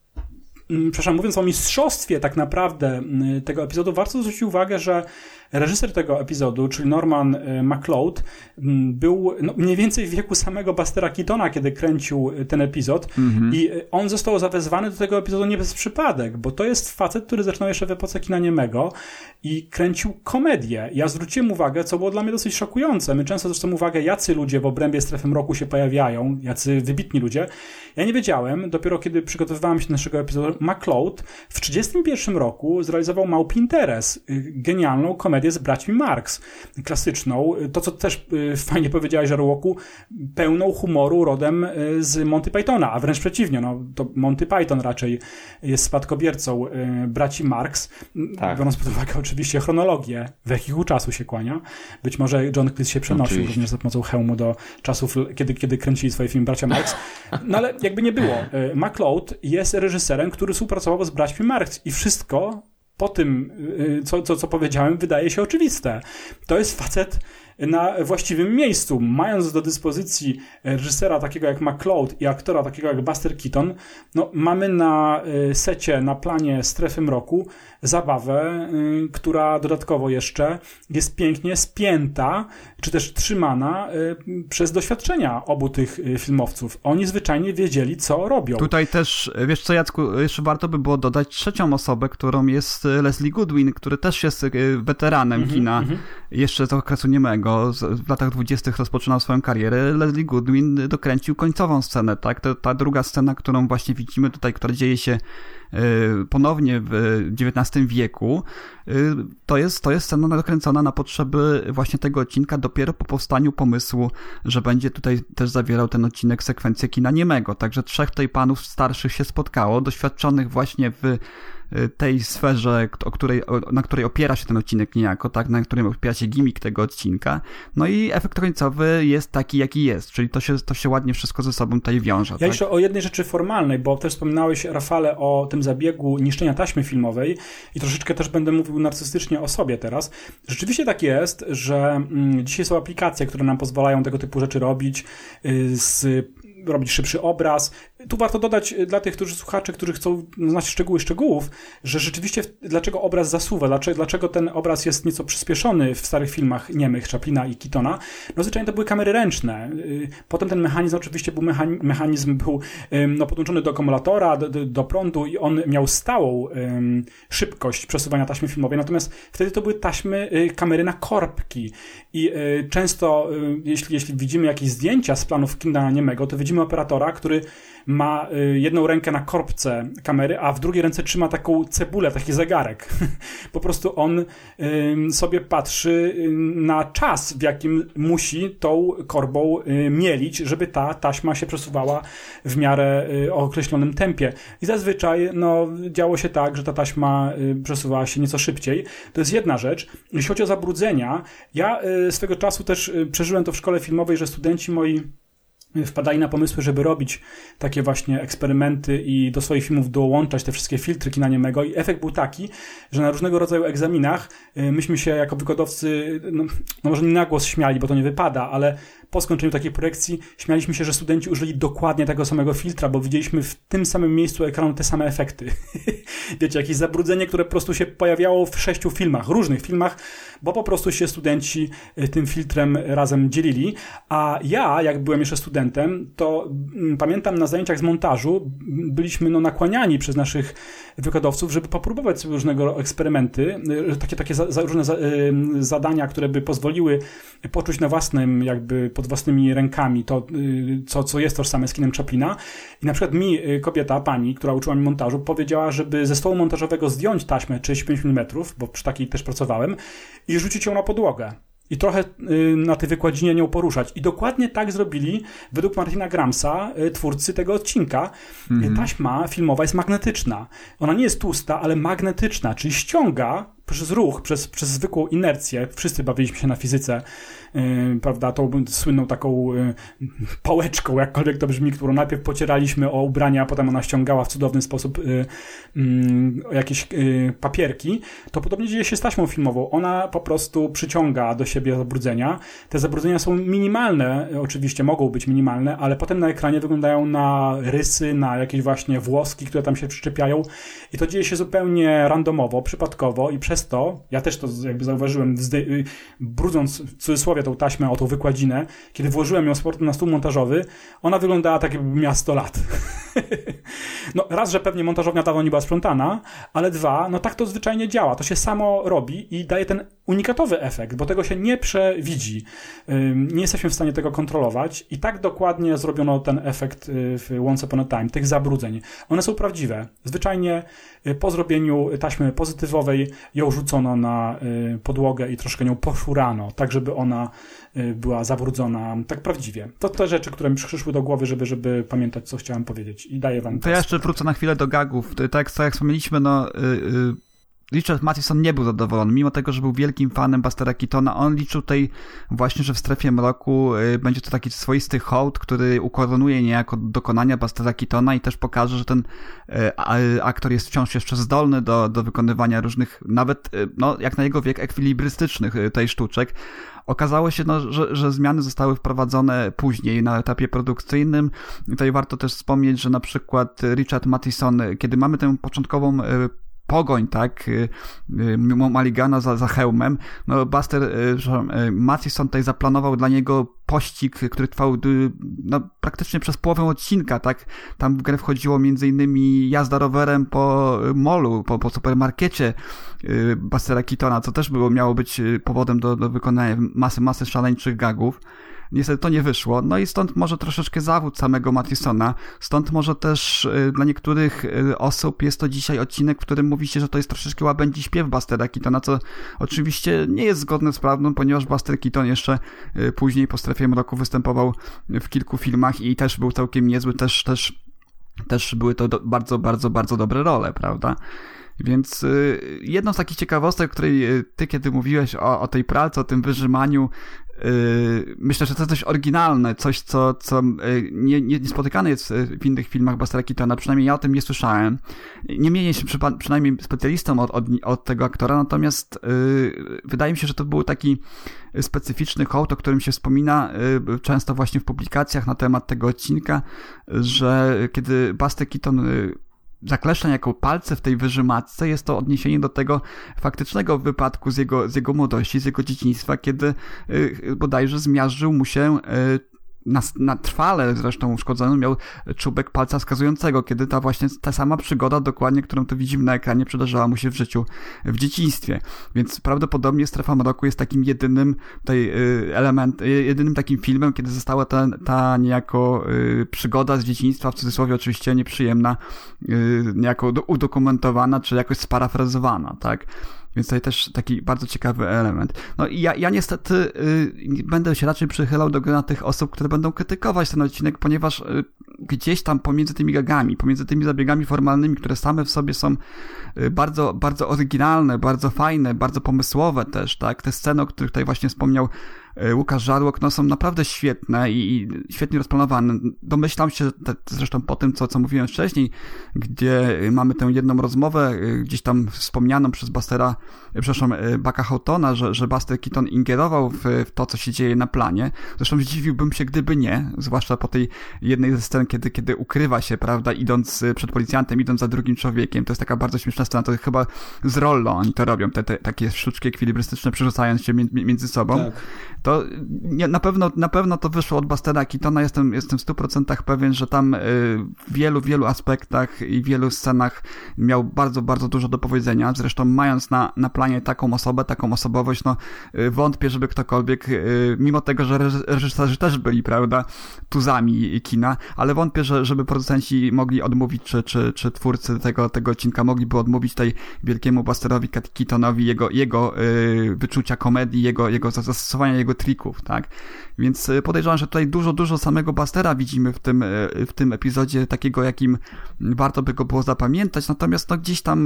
mówiąc o mistrzostwie tak naprawdę tego epizodu, warto zwrócić uwagę, że reżyser tego epizodu, czyli Norman MacLeod, był mniej więcej w wieku samego Bustera Keatona, kiedy kręcił ten epizod i on został zawezwany do tego epizodu nie bez przypadek, bo to jest facet, który zaczynał jeszcze w epoce kina niemego i kręcił komedię. Ja zwróciłem uwagę, co było dla mnie dosyć szokujące. My często zwracamy uwagę, jacy ludzie w obrębie Strefy Mroku się pojawiają, jacy wybitni ludzie. Ja nie wiedziałem, dopiero kiedy przygotowywałem się do naszego epizodu, MacLeod w 1931 roku zrealizował Małpi Interes, genialną komedię z braćmi Marx, klasyczną, to co też fajnie powiedziałeś, Żarłoku, pełną humoru rodem z Monty Pythona, a wręcz przeciwnie, to Monty Python raczej jest spadkobiercą braci Marx, tak. Biorąc pod uwagę oczywiście chronologię, w jakiego czasu się kłania. Być może John Cleese się przenosił również za pomocą hełmu do czasów, kiedy kręcili swoje filmy bracia Marx, ale jakby nie było. MacLeod jest reżyserem, który współpracował z braćmi Marx i wszystko po tym, co powiedziałem, wydaje się oczywiste. To jest facet na właściwym miejscu. Mając do dyspozycji reżysera takiego jak MacLeod i aktora takiego jak Buster Keaton, mamy na secie, na planie Strefy Mroku zabawę, która dodatkowo jeszcze jest pięknie spięta, czy też trzymana przez doświadczenia obu tych filmowców. Oni zwyczajnie wiedzieli, co robią. Tutaj też, wiesz co, Jacku, jeszcze warto by było dodać trzecią osobę, którą jest Leslie Goodwin, który też jest weteranem kina jeszcze z okresu niemego. W latach 20. rozpoczynał swoją karierę. Leslie Goodwin dokręcił końcową scenę, tak? Ta druga scena, którą właśnie widzimy tutaj, która dzieje się ponownie w XIX wieku, to jest scena nakręcona na potrzeby właśnie tego odcinka dopiero po powstaniu pomysłu, że będzie tutaj też zawierał ten odcinek sekwencję kina niemego. Także 3 tutaj panów starszych się spotkało, doświadczonych właśnie w tej sferze, na której opiera się ten odcinek niejako, tak, na którym opiera się gimmick tego odcinka. No i efekt końcowy jest taki, jaki jest, czyli to się ładnie wszystko ze sobą tutaj wiąże. Ja tak? jeszcze o jednej rzeczy formalnej, bo też wspominałeś, Rafale, o tym zabiegu niszczenia taśmy filmowej i troszeczkę też będę mówił narcystycznie o sobie teraz. Rzeczywiście tak jest, że dzisiaj są aplikacje, które nam pozwalają tego typu rzeczy robić, robić szybszy obraz. Tu warto dodać dla tych słuchaczy, którzy chcą znać szczegóły szczegółów, że rzeczywiście dlaczego obraz zasuwa, dlaczego ten obraz jest nieco przyspieszony w starych filmach niemych Chaplina i Keatona. No zwyczajnie to były kamery ręczne. Potem ten mechanizm oczywiście był podłączony do akumulatora, do prądu i on miał stałą szybkość przesuwania taśmy filmowej, natomiast wtedy to były kamery na korbki i często jeśli widzimy jakieś zdjęcia z planów kina niemego, to widzimy operatora, który ma jedną rękę na korbce kamery, a w drugiej ręce trzyma taką cebulę, taki zegarek. Po prostu on sobie patrzy na czas, w jakim musi tą korbą mielić, żeby ta taśma się przesuwała w miarę o określonym tempie. I zazwyczaj działo się tak, że ta taśma przesuwała się nieco szybciej. To jest jedna rzecz. Jeśli chodzi o zabrudzenia, ja swego czasu też przeżyłem to w szkole filmowej, że studenci moi wpadali na pomysły, żeby robić takie właśnie eksperymenty i do swoich filmów dołączać te wszystkie filtry kina niemego i efekt był taki, że na różnego rodzaju egzaminach myśmy się jako wykładowcy, może nie na głos śmiali, bo to nie wypada, ale po skończeniu takiej projekcji śmialiśmy się, że studenci użyli dokładnie tego samego filtra, bo widzieliśmy w tym samym miejscu ekranu te same efekty. Wiecie, jakieś zabrudzenie, które po prostu się pojawiało w 6 filmach, różnych filmach, bo po prostu się studenci tym filtrem razem dzielili. A ja, jak byłem jeszcze studentem, to pamiętam na zajęciach z montażu byliśmy nakłaniani przez naszych wykładowców, żeby popróbować sobie różnego eksperymenty, takie różne zadania, które by pozwoliły poczuć na własnym, jakby pod własnymi rękami to, co jest tożsame z kinem Chaplina. I na przykład kobieta, pani, która uczyła mi montażu, powiedziała, żeby ze stołu montażowego zdjąć taśmę 35 mm, bo przy takiej też pracowałem, i rzucić ją na podłogę. I trochę na tej wykładzinie nią poruszać. I dokładnie tak zrobili według Martina Gramsa, twórcy tego odcinka. Taśma filmowa jest magnetyczna. Ona nie jest tłusta, ale magnetyczna, czyli ściąga przez ruch, przez zwykłą inercję. Wszyscy bawiliśmy się na fizyce, prawda, tą słynną taką pałeczką, jakkolwiek to brzmi, którą najpierw pocieraliśmy o ubrania, a potem ona ściągała w cudowny sposób jakieś papierki. To podobnie dzieje się z taśmą filmową. Ona po prostu przyciąga do siebie zabrudzenia. Te zabrudzenia są minimalne, oczywiście mogą być minimalne, ale potem na ekranie wyglądają na rysy, na jakieś właśnie włoski, które tam się przyczepiają i to dzieje się zupełnie randomowo, przypadkowo i przez to, ja też to jakby zauważyłem, brudząc w cudzysłowie tą taśmę o tą wykładzinę, kiedy włożyłem ją na stół montażowy, ona wyglądała tak, jakby miała 100 lat. Raz, że pewnie montażownia dawno nie była sprzątana, ale dwa, tak to zwyczajnie działa. To się samo robi i daje ten unikatowy efekt, bo tego się nie przewidzi. Nie jesteśmy w stanie tego kontrolować i tak dokładnie zrobiono ten efekt w Once Upon a Time, tych zabrudzeń. One są prawdziwe. Zwyczajnie po zrobieniu taśmy pozytywowej ją rzucono na podłogę i troszkę nią poszurano, tak żeby ona była zabrudzona tak prawdziwie. To te rzeczy, które mi przyszły do głowy, żeby pamiętać, co chciałem powiedzieć i daję wam... To ja jeszcze wrócę na chwilę do gagów. Tak jak wspomnieliśmy, Richard Matheson nie był zadowolony, mimo tego, że był wielkim fanem Bustera Keatona. On liczył tutaj właśnie, że w Strefie Mroku będzie to taki swoisty hołd, który ukoronuje niejako dokonania Bustera Keatona i też pokaże, że ten aktor jest wciąż jeszcze zdolny do wykonywania różnych, nawet jak na jego wiek, ekwilibrystycznych tej sztuczek. Okazało się, że zmiany zostały wprowadzone później na etapie produkcyjnym. Tutaj warto też wspomnieć, że na przykład Richard Matheson, kiedy mamy tę początkową pogoń, tak, Maligana za hełmem, Matheson tutaj zaplanował dla niego pościg, który trwał praktycznie przez połowę odcinka, tak, tam w grę wchodziło m.in. jazda rowerem po molu, po supermarkecie Bustera Keatona, co też miało być powodem do wykonania masy szaleńczych gagów. niestety to nie wyszło. No i stąd może troszeczkę zawód samego Mattisona, stąd może też dla niektórych osób jest to dzisiaj odcinek, w którym mówi się, że to jest troszeczkę łabędzi śpiew Bustera Keatona, co oczywiście nie jest zgodne z prawdą, ponieważ Buster Keaton jeszcze później po Strefie Mroku występował w kilku filmach i też był całkiem niezły, też były to bardzo, bardzo, bardzo dobre role, prawda? Więc jedną z takich ciekawostek, o której ty kiedy mówiłeś o tej pralce, o tym wyrzymaniu, myślę, że to jest coś oryginalne, coś, co nie spotykane jest w innych filmach Bustera Keatona, przynajmniej ja o tym nie słyszałem. Nie mienię się przynajmniej specjalistą od tego aktora, natomiast wydaje mi się, że to był taki specyficzny hołd, o którym się wspomina często właśnie w publikacjach na temat tego odcinka, że kiedy Buster Keaton zakleszcza jako palce w tej wyżymatce, jest to odniesienie do tego faktycznego wypadku z jego młodości, z jego dzieciństwa, kiedy bodajże zmiażdżył mu się na trwale zresztą uszkodzony miał czubek palca wskazującego, kiedy ta sama przygoda dokładnie, którą tu widzimy na ekranie, przydarzała mu się w życiu w dzieciństwie. Więc prawdopodobnie Strefa Mroku jest takim jedynym takim filmem, kiedy została ta niejako przygoda z dzieciństwa, w cudzysłowie oczywiście nieprzyjemna, niejako udokumentowana, czy jakoś sparafrazowana, tak? Więc tutaj też taki bardzo ciekawy element. No i ja niestety będę się raczej przychylał do grona tych osób, które będą krytykować ten odcinek, ponieważ gdzieś tam pomiędzy tymi gagami, pomiędzy tymi zabiegami formalnymi, które same w sobie są bardzo, bardzo oryginalne, bardzo fajne, bardzo pomysłowe też, tak? Te sceny, o których tutaj właśnie wspomniał Łukasz Żarłok, no są naprawdę świetne i świetnie rozplanowane. Domyślam się, zresztą po tym, co mówiłem wcześniej, gdzie mamy tę jedną rozmowę, gdzieś tam wspomnianą przez Bucka Houghton'a, że Buster Keaton ingerował w to, co się dzieje na planie. Zresztą zdziwiłbym się, gdyby nie, zwłaszcza po tej jednej ze scen, kiedy ukrywa się, prawda, idąc przed policjantem, idąc za drugim człowiekiem. To jest taka bardzo śmieszna scena, to chyba z Rollo oni to robią, te takie sztuczki ekwilibrystyczne, przerzucając się między sobą. Tak. To na pewno to wyszło od Bustera Keatona. Jestem w 100% pewien, że tam w wielu aspektach i wielu scenach miał bardzo, bardzo dużo do powiedzenia. Zresztą mając na planie taką osobę, taką osobowość, no wątpię, żeby ktokolwiek, mimo tego, że reżyserzy też byli, prawda, tuzami kina, ale wątpię, żeby producenci mogli odmówić, czy twórcy tego odcinka mogliby odmówić tej wielkiemu Busterowi Keatonowi jego wyczucia komedii, jego zastosowania, jego trików, tak? Więc podejrzewam, że tutaj dużo samego Bustera widzimy w tym epizodzie, takiego, jakim warto by go było zapamiętać, natomiast no gdzieś tam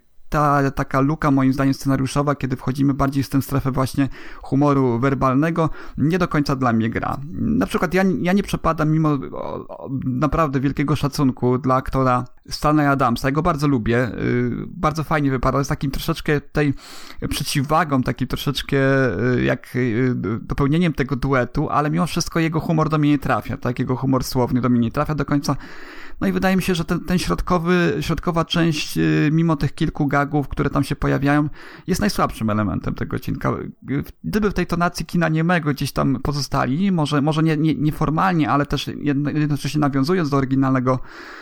ta taka luka, moim zdaniem, scenariuszowa, kiedy wchodzimy bardziej w tę strefę właśnie humoru werbalnego, nie do końca dla mnie gra. Na przykład ja nie przepadam, mimo naprawdę wielkiego szacunku dla aktora Stanleya Adamsa. Ja go bardzo lubię, bardzo fajnie wypada, jest takim troszeczkę tutaj przeciwwagą, takim troszeczkę jak dopełnieniem tego duetu, ale mimo wszystko jego humor do mnie nie trafia, tak? Jego humor słowny do mnie nie trafia do końca. No i wydaje mi się, że ten środkowa część, mimo tych kilku gagów, które tam się pojawiają, jest najsłabszym elementem tego odcinka. Gdyby w tej tonacji kina niemego gdzieś tam pozostali, może nie formalnie, ale też jednocześnie nawiązując do oryginalnego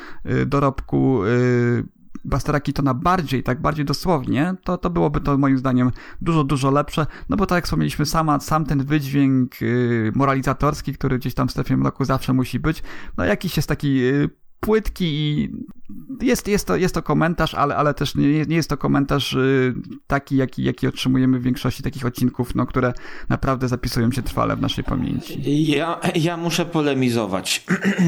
dorobku Bustera Keatona bardziej dosłownie, to byłoby to moim zdaniem dużo lepsze, no bo tak jak wspomnieliśmy, sam ten wydźwięk moralizatorski, który gdzieś tam w Strefie Mroku zawsze musi być, no jakiś jest taki płytki i jest to komentarz, ale też nie jest to komentarz taki, jaki otrzymujemy w większości takich odcinków, no, które naprawdę zapisują się trwale w naszej pamięci. Ja muszę polemizować.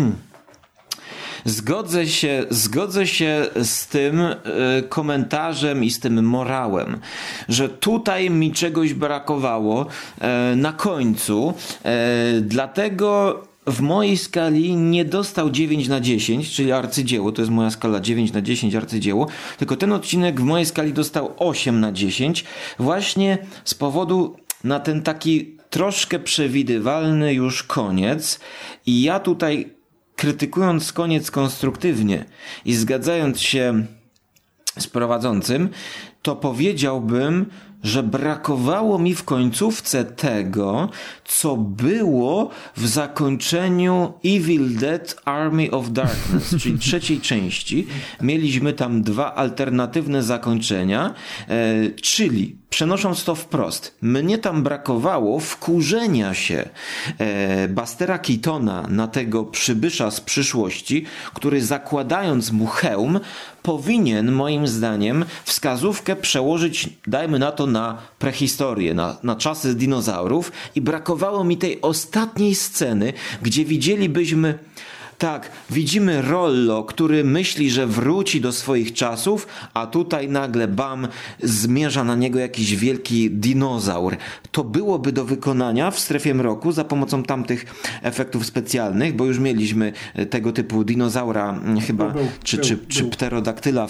Zgodzę się z tym komentarzem i z tym morałem, że tutaj mi czegoś brakowało na końcu, dlatego w mojej skali nie dostał 9/10, czyli arcydzieło, to jest moja skala 9/10 arcydzieło, tylko ten odcinek w mojej skali dostał 8/10, właśnie z powodu na ten taki troszkę przewidywalny już koniec. I ja tutaj, krytykując koniec konstruktywnie i zgadzając się z prowadzącym, to powiedziałbym, że brakowało mi w końcówce tego, co było w zakończeniu Evil Dead Army of Darkness, czyli trzeciej części. Mieliśmy tam 2 alternatywne zakończenia, czyli przenosząc to wprost, mnie tam brakowało wkurzenia się Bustera Keatona na tego przybysza z przyszłości, który zakładając mu hełm powinien moim zdaniem wskazówkę przełożyć, dajmy na to, na prehistorię, na czasy dinozaurów i brakowało mi tej ostatniej sceny, gdzie widzielibyśmy widzimy Rollo, który myśli, że wróci do swoich czasów, a tutaj nagle bam, zmierza na niego jakiś wielki dinozaur. To byłoby do wykonania w Strefie Mroku za pomocą tamtych efektów specjalnych, bo już mieliśmy tego typu dinozaura chyba, czy pterodaktyla,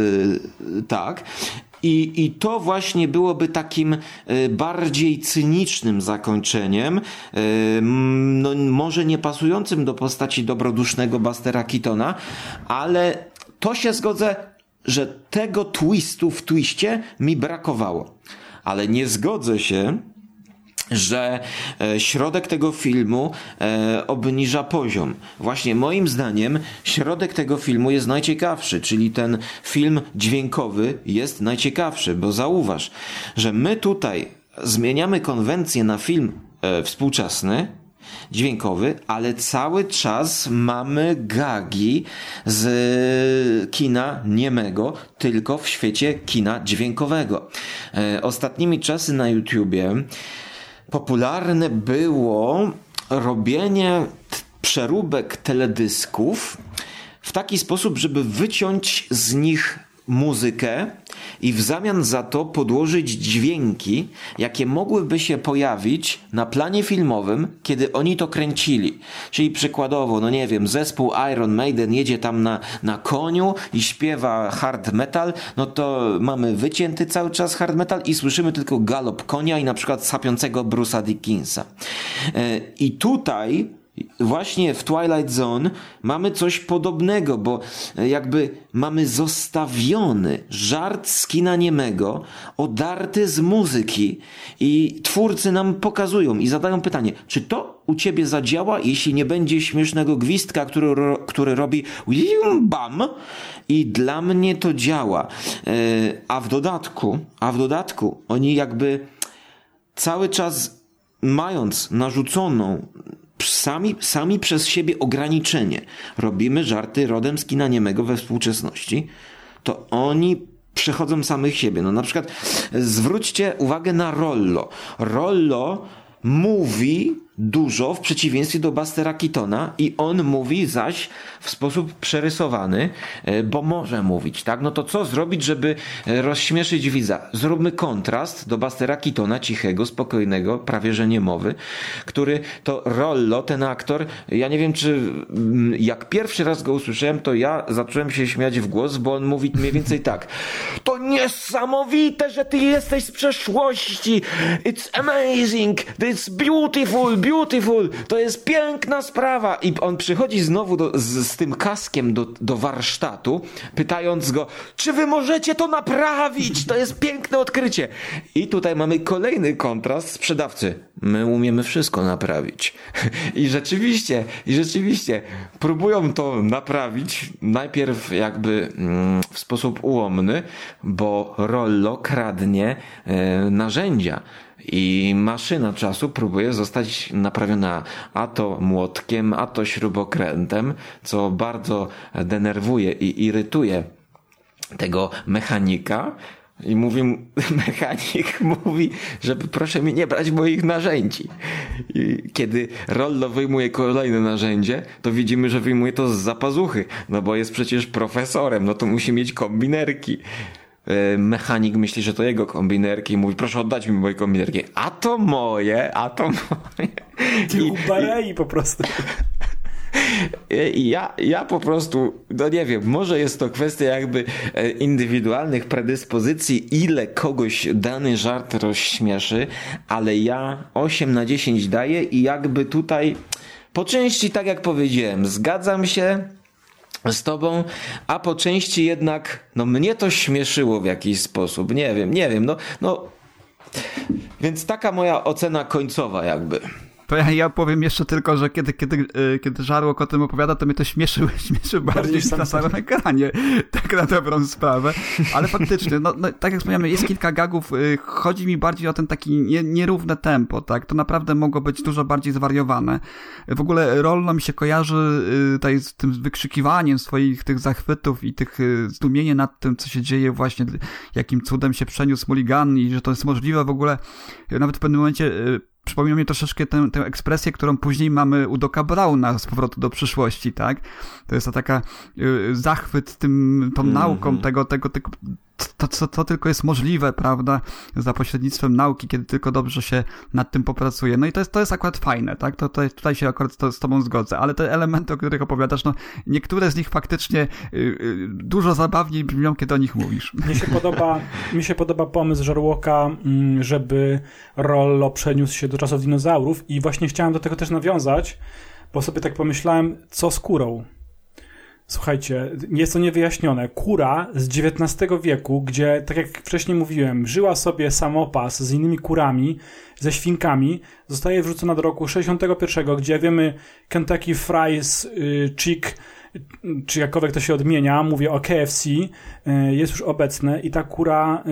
tak. I to właśnie byłoby takim bardziej cynicznym zakończeniem, no może nie pasującym do postaci dobrodusznego Bustera Keatona, ale to się zgodzę, że tego twistu w twiście mi brakowało. Ale nie zgodzę się, że środek tego filmu obniża poziom. Właśnie moim zdaniem środek tego filmu jest najciekawszy, czyli ten film dźwiękowy jest najciekawszy, bo zauważ, że my tutaj zmieniamy konwencję na film współczesny, dźwiękowy, ale cały czas mamy gagi z kina niemego, tylko w świecie kina dźwiękowego. Ostatnimi czasy na YouTubie popularne było robienie przeróbek teledysków w taki sposób, żeby wyciąć z nich muzykę i w zamian za to podłożyć dźwięki, jakie mogłyby się pojawić na planie filmowym, kiedy oni to kręcili. Czyli przykładowo, no nie wiem, zespół Iron Maiden jedzie tam na koniu i śpiewa hard metal, no to mamy wycięty cały czas hard metal i słyszymy tylko galop konia i na przykład sapiącego Bruce'a Dickinsa. I tutaj właśnie w Twilight Zone mamy coś podobnego, bo jakby mamy zostawiony żart z kina niemego, odarty z muzyki i twórcy nam pokazują i zadają pytanie, czy to u ciebie zadziała, jeśli nie będzie śmiesznego gwizdka, który robi bam, i dla mnie to działa. A w dodatku oni jakby cały czas mając narzuconą sami przez siebie ograniczenie. Robimy żarty rodem z kina niemego we współczesności, to oni przechodzą samych siebie. No na przykład zwróćcie uwagę na Rollo. Rollo mówi dużo w przeciwieństwie do Bustera Keatona i on mówi zaś w sposób przerysowany, bo może mówić, tak? No to co zrobić, żeby rozśmieszyć widza? Zróbmy kontrast do Bustera Keatona, cichego, spokojnego, prawie że niemowy, który to Rollo, ten aktor, ja nie wiem, czy jak pierwszy raz go usłyszałem, to ja zacząłem się śmiać w głos, bo on mówi mniej więcej tak: to niesamowite, że ty jesteś z przeszłości, it's amazing, it's beautiful, to jest piękna sprawa. I on przychodzi znowu z tym kaskiem do warsztatu, pytając go, czy wy możecie to naprawić? To jest piękne odkrycie. I tutaj mamy kolejny kontrast sprzedawcy. My umiemy wszystko naprawić. I rzeczywiście próbują to naprawić najpierw jakby w sposób ułomny, bo Rollo kradnie narzędzia. I maszyna czasu próbuje zostać naprawiona a to młotkiem, a to śrubokrętem, co bardzo denerwuje i irytuje tego mechanika. I mechanik mówi, żeby proszę mi nie brać moich narzędzi. I kiedy Rollo wyjmuje kolejne narzędzie, to widzimy, że wyjmuje to z zapazuchy, no bo jest przecież profesorem, no to musi mieć kombinerki. Mechanik myśli, że to jego kombinerki i mówi, proszę oddać mi moje kombinerki. A to moje. I po prostu. Ja po prostu, no nie wiem, może jest to kwestia jakby indywidualnych predyspozycji, ile kogoś dany żart rozśmieszy, ale ja 8 na 10 daję i jakby tutaj po części, tak jak powiedziałem, zgadzam się z tobą, a po części jednak, no mnie to śmieszyło w jakiś sposób, nie wiem, no Więc taka moja ocena końcowa jakby. To ja powiem jeszcze tylko, że kiedy Żarłok o tym opowiada, to mnie to śmieszy bardziej niż na samym ekranie. Tak na dobrą sprawę. Ale faktycznie, no, tak jak wspomniałem, jest kilka gagów. Chodzi mi bardziej o ten taki nierówne tempo, tak? To naprawdę mogło być dużo bardziej zwariowane. W ogóle Rollo mi się kojarzy tutaj z tym wykrzykiwaniem swoich tych zachwytów i tych zdumienie nad tym, co się dzieje właśnie, jakim cudem się przeniósł Mulligan i że to jest możliwe w ogóle. Nawet w pewnym momencie przypomina mi troszeczkę tę ekspresję, którą później mamy u Doca Browna z Powrotu do przyszłości, tak? To jest taka zachwyt tą nauką tego co tylko jest możliwe, prawda? Za pośrednictwem nauki, kiedy tylko dobrze się nad tym popracuje. No i to jest akurat fajne, tak? Tutaj się akurat z tobą zgodzę, ale te elementy, o których opowiadasz, no niektóre z nich faktycznie dużo zabawniej brzmią, kiedy o nich mówisz. Mi się podoba pomysł Żarłoka, żeby Rollo przeniósł się do czasów dinozaurów i właśnie chciałem do tego też nawiązać, bo sobie tak pomyślałem, co z kurą? Słuchajcie, jest to niewyjaśnione. Kura z XIX wieku, gdzie, tak jak wcześniej mówiłem, żyła sobie samopas z innymi kurami, ze świnkami, zostaje wrzucona do roku 61, gdzie wiemy Kentucky Fries Chick, czy jakkolwiek to się odmienia, mówię o KFC, jest już obecne i ta kura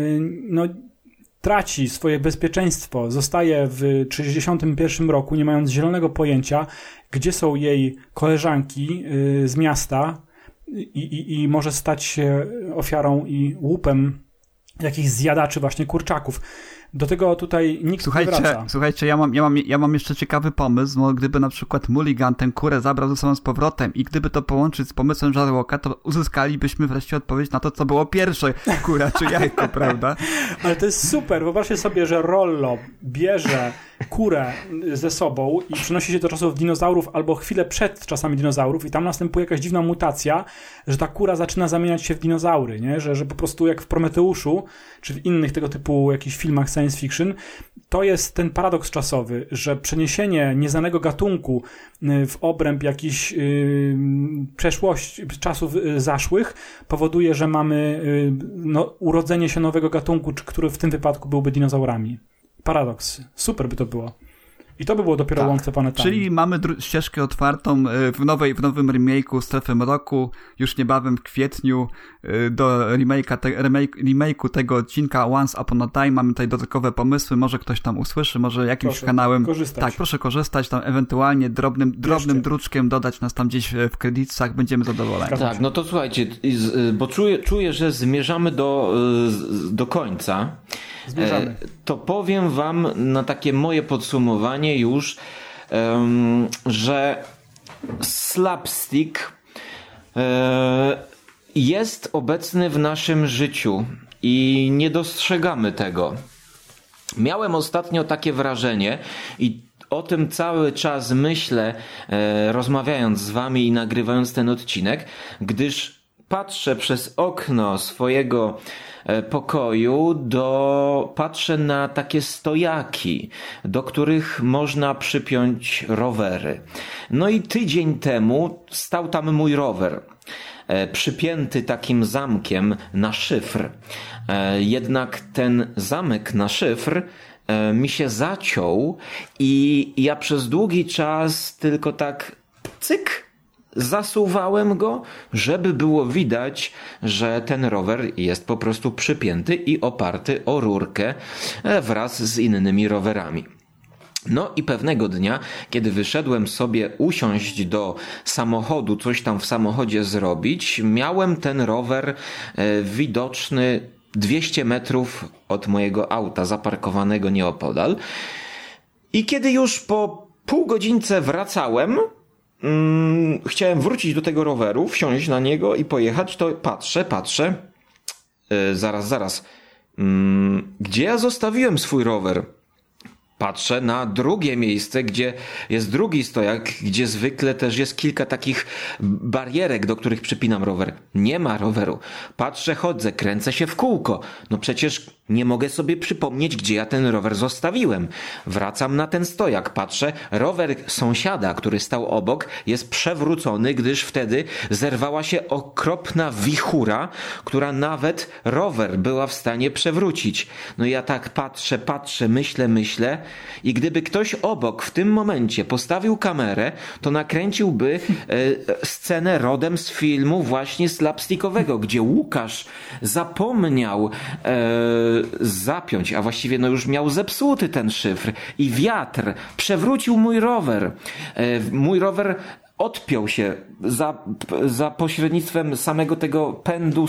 traci swoje bezpieczeństwo. Zostaje w 1961 roku, nie mając zielonego pojęcia, gdzie są jej koleżanki z miasta i może stać się ofiarą i łupem jakichś zjadaczy właśnie kurczaków. Do tego tutaj nikt nie wraca. Słuchajcie, ja mam jeszcze ciekawy pomysł, bo gdyby na przykład Mulligan tę kurę zabrał ze sobą z powrotem i gdyby to połączyć z pomysłem Żarłoka, to uzyskalibyśmy wreszcie odpowiedź na to, co było pierwsze, kura czy jajko, prawda? Ale to jest super. Wyobraźcie sobie, że Rollo bierze kurę ze sobą i przenosi się do czasów dinozaurów albo chwilę przed czasami dinozaurów i tam następuje jakaś dziwna mutacja, że ta kura zaczyna zamieniać się w dinozaury, nie? Że po prostu jak w Prometeuszu, czy w innych tego typu jakichś filmach science fiction, to jest ten paradoks czasowy, że przeniesienie nieznanego gatunku w obręb jakichś przeszłości, czasów zaszłych powoduje, że mamy urodzenie się nowego gatunku, który w tym wypadku byłby dinozaurami. Paradoks. Super by to było. I to by było dopiero łące planetami. Czyli mamy ścieżkę otwartą w nowym remake'u Strefy Mroku, już niebawem w kwietniu do remake'u tego odcinka Once Upon a Time. Mamy tutaj dodatkowe pomysły, może ktoś tam usłyszy, może jakimś kanałem. Korzystać. Tak, proszę korzystać, tam ewentualnie drobnym druczkiem dodać nas tam gdzieś w kredytach, będziemy zadowoleni. Tak, no to słuchajcie, bo czuję, że zmierzamy do końca. Zmierzamy. To powiem wam na takie moje podsumowanie już, że slapstick jest obecny w naszym życiu i nie dostrzegamy tego. Miałem ostatnio takie wrażenie i o tym cały czas myślę, rozmawiając z wami i nagrywając ten odcinek, gdyż patrzę przez okno swojego pokoju, patrzę na takie stojaki, do których można przypiąć rowery. No i tydzień temu stał tam mój rower, przypięty takim zamkiem na szyfr. Jednak ten zamek na szyfr mi się zaciął i ja przez długi czas tylko tak cyk, zasuwałem go, żeby było widać, że ten rower jest po prostu przypięty i oparty o rurkę wraz z innymi rowerami. No i pewnego dnia, kiedy wyszedłem sobie usiąść do samochodu, coś tam w samochodzie zrobić, miałem ten rower widoczny 200 metrów od mojego auta zaparkowanego nieopodal. I kiedy już po pół godzince wracałem, chciałem wrócić do tego roweru, wsiąść na niego i pojechać, to patrzę. Zaraz. Gdzie ja zostawiłem swój rower? patrzę na drugie miejsce, gdzie jest drugi stojak, gdzie zwykle też jest kilka takich barierek, do których przypinam rower. Nie ma roweru. Patrzę, chodzę, kręcę się w kółko. No przecież nie mogę sobie przypomnieć, gdzie ja ten rower zostawiłem. Wracam na ten stojak, patrzę, rower sąsiada, który stał obok, jest przewrócony, gdyż wtedy zerwała się okropna wichura, która nawet rower była w stanie przewrócić. No ja tak patrzę, myślę i gdyby ktoś obok w tym momencie postawił kamerę, to nakręciłby scenę rodem z filmu właśnie slapstickowego, gdzie Łukasz zapomniał zapiąć, a właściwie no już miał zepsuty ten szyfr i wiatr przewrócił mój rower. Mój rower odpiął się za pośrednictwem samego tego pędu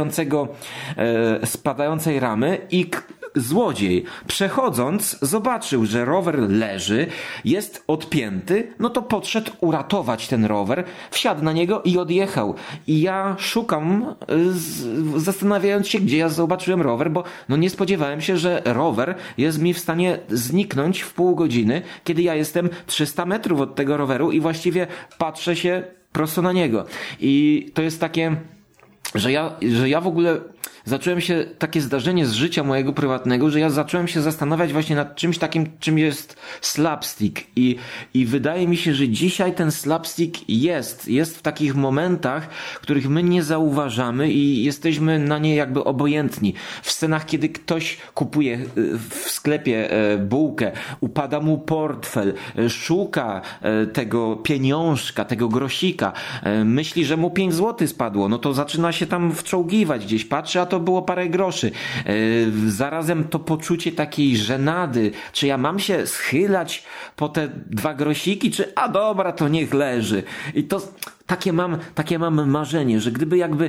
spadającej ramy i złodziej, przechodząc, zobaczył, że rower leży, jest odpięty, no to podszedł uratować ten rower, wsiadł na niego i odjechał. I ja szukam, zastanawiając się, gdzie ja zobaczyłem rower, bo no nie spodziewałem się, że rower jest mi w stanie zniknąć w pół godziny, kiedy ja jestem 300 metrów od tego roweru i właściwie patrzę się prosto na niego. I to jest takie, że ja w ogóle zacząłem się, takie zdarzenie z życia mojego prywatnego, że ja zacząłem się zastanawiać właśnie nad czymś takim, czym jest slapstick i wydaje mi się, że dzisiaj ten slapstick jest w takich momentach, których my nie zauważamy i jesteśmy na nie jakby obojętni. W scenach, kiedy ktoś kupuje w sklepie bułkę, upada mu portfel, szuka tego pieniążka, tego grosika, myśli, że mu 5 zł spadło, no to zaczyna się tam wczołgiwać gdzieś, patrzy, a to było parę groszy. Zarazem to poczucie takiej żenady, czy ja mam się schylać po te 2 grosiki, czy a dobra, to niech leży. I to takie mam marzenie, że gdyby jakby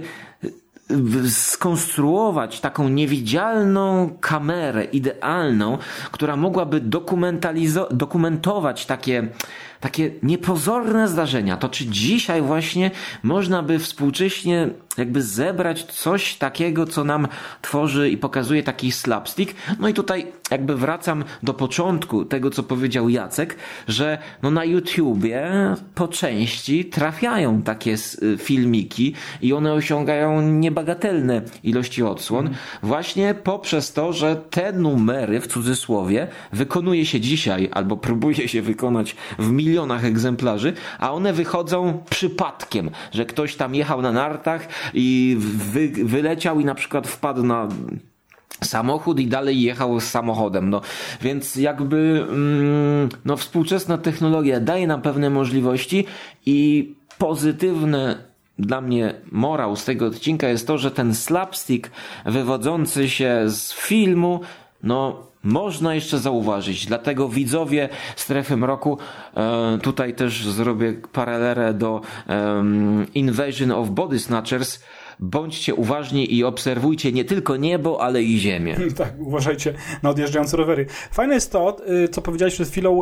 skonstruować taką niewidzialną kamerę idealną, która mogłaby dokumentować takie niepozorne zdarzenia, to czy dzisiaj właśnie można by współcześnie jakby zebrać coś takiego, co nam tworzy i pokazuje taki slapstick. No i tutaj jakby wracam do początku tego, co powiedział Jacek, że no na YouTubie po części trafiają takie filmiki i one osiągają niebagatelne ilości odsłon właśnie poprzez to, że te numery w cudzysłowie wykonuje się dzisiaj albo próbuje się wykonać w milionach egzemplarzy, a one wychodzą przypadkiem, że ktoś tam jechał na nartach i wyleciał i na przykład wpadł na samochód i dalej jechał z samochodem. No, więc jakby no, współczesna technologia daje nam pewne możliwości i pozytywne dla mnie morał z tego odcinka jest to, że ten slapstick wywodzący się z filmu, no można jeszcze zauważyć. Dlatego widzowie Strefy Mroku, tutaj też zrobię paralelę do Invasion of Body Snatchers. Bądźcie uważni i obserwujcie nie tylko niebo, ale i ziemię. Tak, uważajcie na odjeżdżające rowery. Fajne jest to, co powiedziałeś przed chwilą,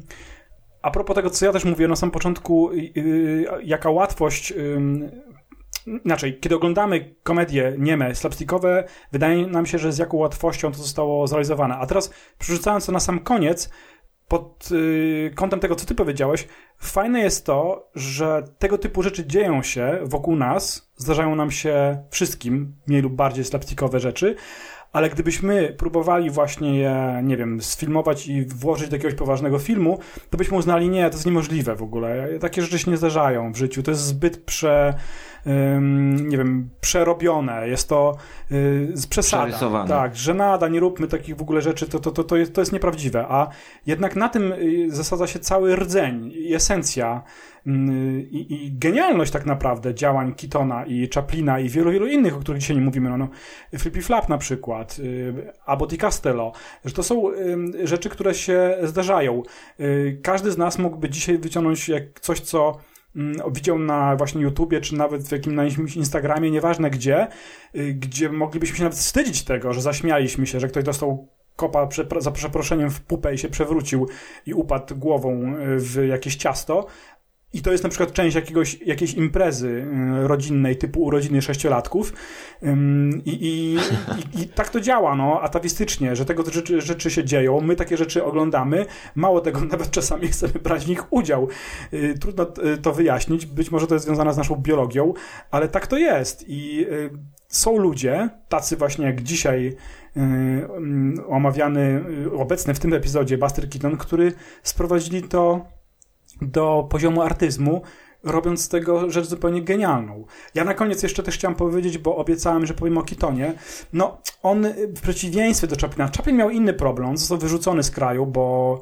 a propos tego, co ja też mówiłem na samym początku, jaka łatwość... Inaczej, kiedy oglądamy komedie nieme, slapstickowe, wydaje nam się, że z jaką łatwością to zostało zrealizowane. A teraz, przerzucając to na sam koniec, pod kątem tego, co ty powiedziałeś, fajne jest to, że tego typu rzeczy dzieją się wokół nas, zdarzają nam się wszystkim, mniej lub bardziej slapstickowe rzeczy, ale gdybyśmy próbowali właśnie je, nie wiem, sfilmować i włożyć do jakiegoś poważnego filmu, to byśmy uznali, nie, to jest niemożliwe w ogóle. Takie rzeczy się nie zdarzają w życiu. To jest zbyt przerobione. Jest to przesada. Tak, żenada, nie róbmy takich w ogóle rzeczy, to jest nieprawdziwe. A jednak na tym zasadza się cały rdzeń i esencja i genialność tak naprawdę działań Keatona i Chaplina i wielu, wielu innych, o których dzisiaj nie mówimy. No, Flippy Flap na przykład, Abbott i Costello, że to są rzeczy, które się zdarzają. Każdy z nas mógłby dzisiaj wyciągnąć coś, co widział na właśnie YouTubie, czy nawet na jakimś Instagramie, nieważne gdzie moglibyśmy się nawet wstydzić tego, że zaśmialiśmy się, że ktoś dostał kopa za przeproszeniem w pupę i się przewrócił i upadł głową w jakieś ciasto. I to jest na przykład część jakiejś imprezy rodzinnej typu urodziny 6-latków. I tak to działa, no, atawistycznie, że tego rzeczy się dzieją. My takie rzeczy oglądamy. Mało tego, nawet czasami chcemy brać w nich udział. Trudno to wyjaśnić. Być może to jest związane z naszą biologią, ale tak to jest. I są ludzie, tacy właśnie jak dzisiaj omawiany, obecny w tym epizodzie Buster Keaton, który sprowadzili to do poziomu artyzmu, robiąc z tego rzecz zupełnie genialną. Ja na koniec jeszcze też chciałem powiedzieć, bo obiecałem, że powiem o Keatonie. No, on w przeciwieństwie do Chaplina. Chaplin miał inny problem, został wyrzucony z kraju, bo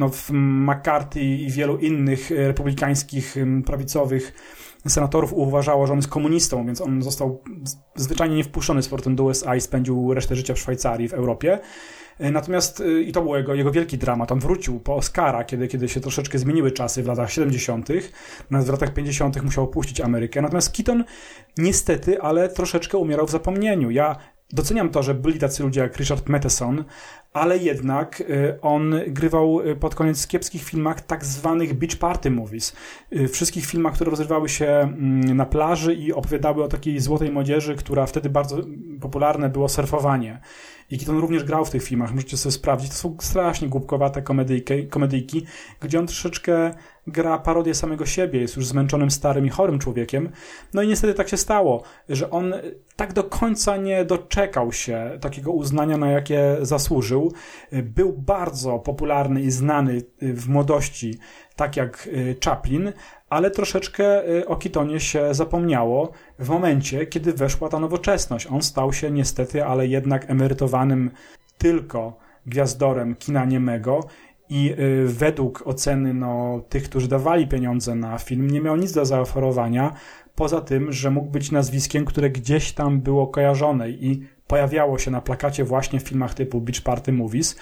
McCarthy i wielu innych republikańskich, prawicowych senatorów uważało, że on jest komunistą, więc on został zwyczajnie nie wpuszczony z powrotem do USA i spędził resztę życia w Szwajcarii, w Europie. Natomiast, i to był jego wielki dramat, on wrócił po Oscara, kiedy się troszeczkę zmieniły czasy w latach 70., nawet w latach 50. musiał opuścić Amerykę. Natomiast Keaton niestety, ale troszeczkę umierał w zapomnieniu. Ja doceniam to, że byli tacy ludzie jak Richard Matheson, ale jednak on grywał pod koniec w kiepskich filmach tak zwanych beach party movies. Wszystkich filmach, które rozgrywały się na plaży i opowiadały o takiej złotej młodzieży, która wtedy bardzo popularne było surfowanie. I Keaton również grał w tych filmach, możecie sobie sprawdzić. To są strasznie głupkowate komedyjki, gdzie on troszeczkę gra parodię samego siebie, jest już zmęczonym, starym i chorym człowiekiem. No i niestety tak się stało, że on tak do końca nie doczekał się takiego uznania, na jakie zasłużył. Był bardzo popularny i znany w młodości, tak jak Chaplin, ale troszeczkę o Keatonie się zapomniało w momencie, kiedy weszła ta nowoczesność. On stał się niestety, ale jednak emerytowanym tylko gwiazdorem kina niemego i według oceny tych, którzy dawali pieniądze na film, nie miał nic do zaoferowania, poza tym, że mógł być nazwiskiem, które gdzieś tam było kojarzone i pojawiało się na plakacie właśnie w filmach typu Beach Party Movies.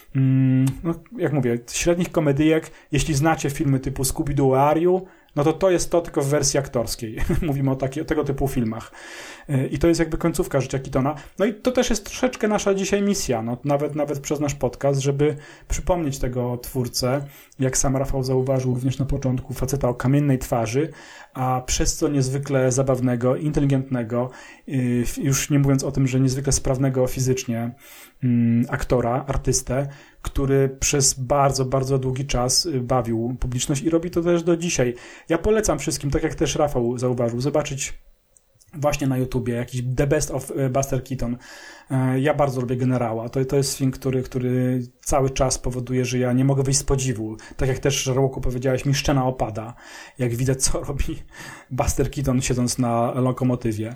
No, jak mówię, średnich komedyjek, jeśli znacie filmy typu Scooby-Doo, Are You, no to jest to tylko w wersji aktorskiej. Mówimy o tego typu filmach. I to jest jakby końcówka życia Keatona. No i to też jest troszeczkę nasza dzisiaj misja, no, nawet przez nasz podcast, żeby przypomnieć tego twórcę, jak sam Rafał zauważył również na początku, faceta o kamiennej twarzy, a przez co niezwykle zabawnego, inteligentnego, już nie mówiąc o tym, że niezwykle sprawnego fizycznie aktora, artystę, który przez bardzo, bardzo długi czas bawił publiczność i robi to też do dzisiaj. Ja polecam wszystkim, tak jak też Rafał zauważył, zobaczyć właśnie na YouTubie jakiś The Best of Buster Keaton. Ja bardzo lubię Generała. To jest film, który cały czas powoduje, że ja nie mogę wyjść z podziwu. Tak jak też, Żarłoku, powiedziałeś, mi szczena opada, jak widzę, co robi Buster Keaton siedząc na lokomotywie.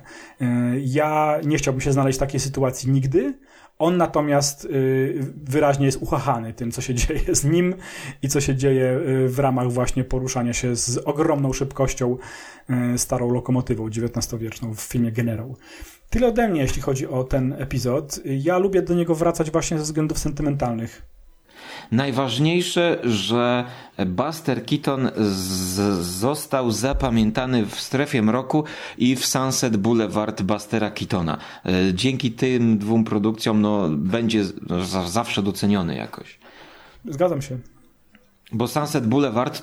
Ja nie chciałbym się znaleźć w takiej sytuacji nigdy. On natomiast wyraźnie jest uchachany tym, co się dzieje z nim i co się dzieje w ramach właśnie poruszania się z ogromną szybkością starą lokomotywą XIX-wieczną w filmie Generał. Tyle ode mnie, jeśli chodzi o ten epizod. Ja lubię do niego wracać właśnie ze względów sentymentalnych. Najważniejsze, że Buster Keaton został zapamiętany w Strefie Mroku i w Sunset Boulevard Bustera Keatona. Dzięki tym dwóm produkcjom będzie zawsze doceniony jakoś. Zgadzam się. Bo Sunset Boulevard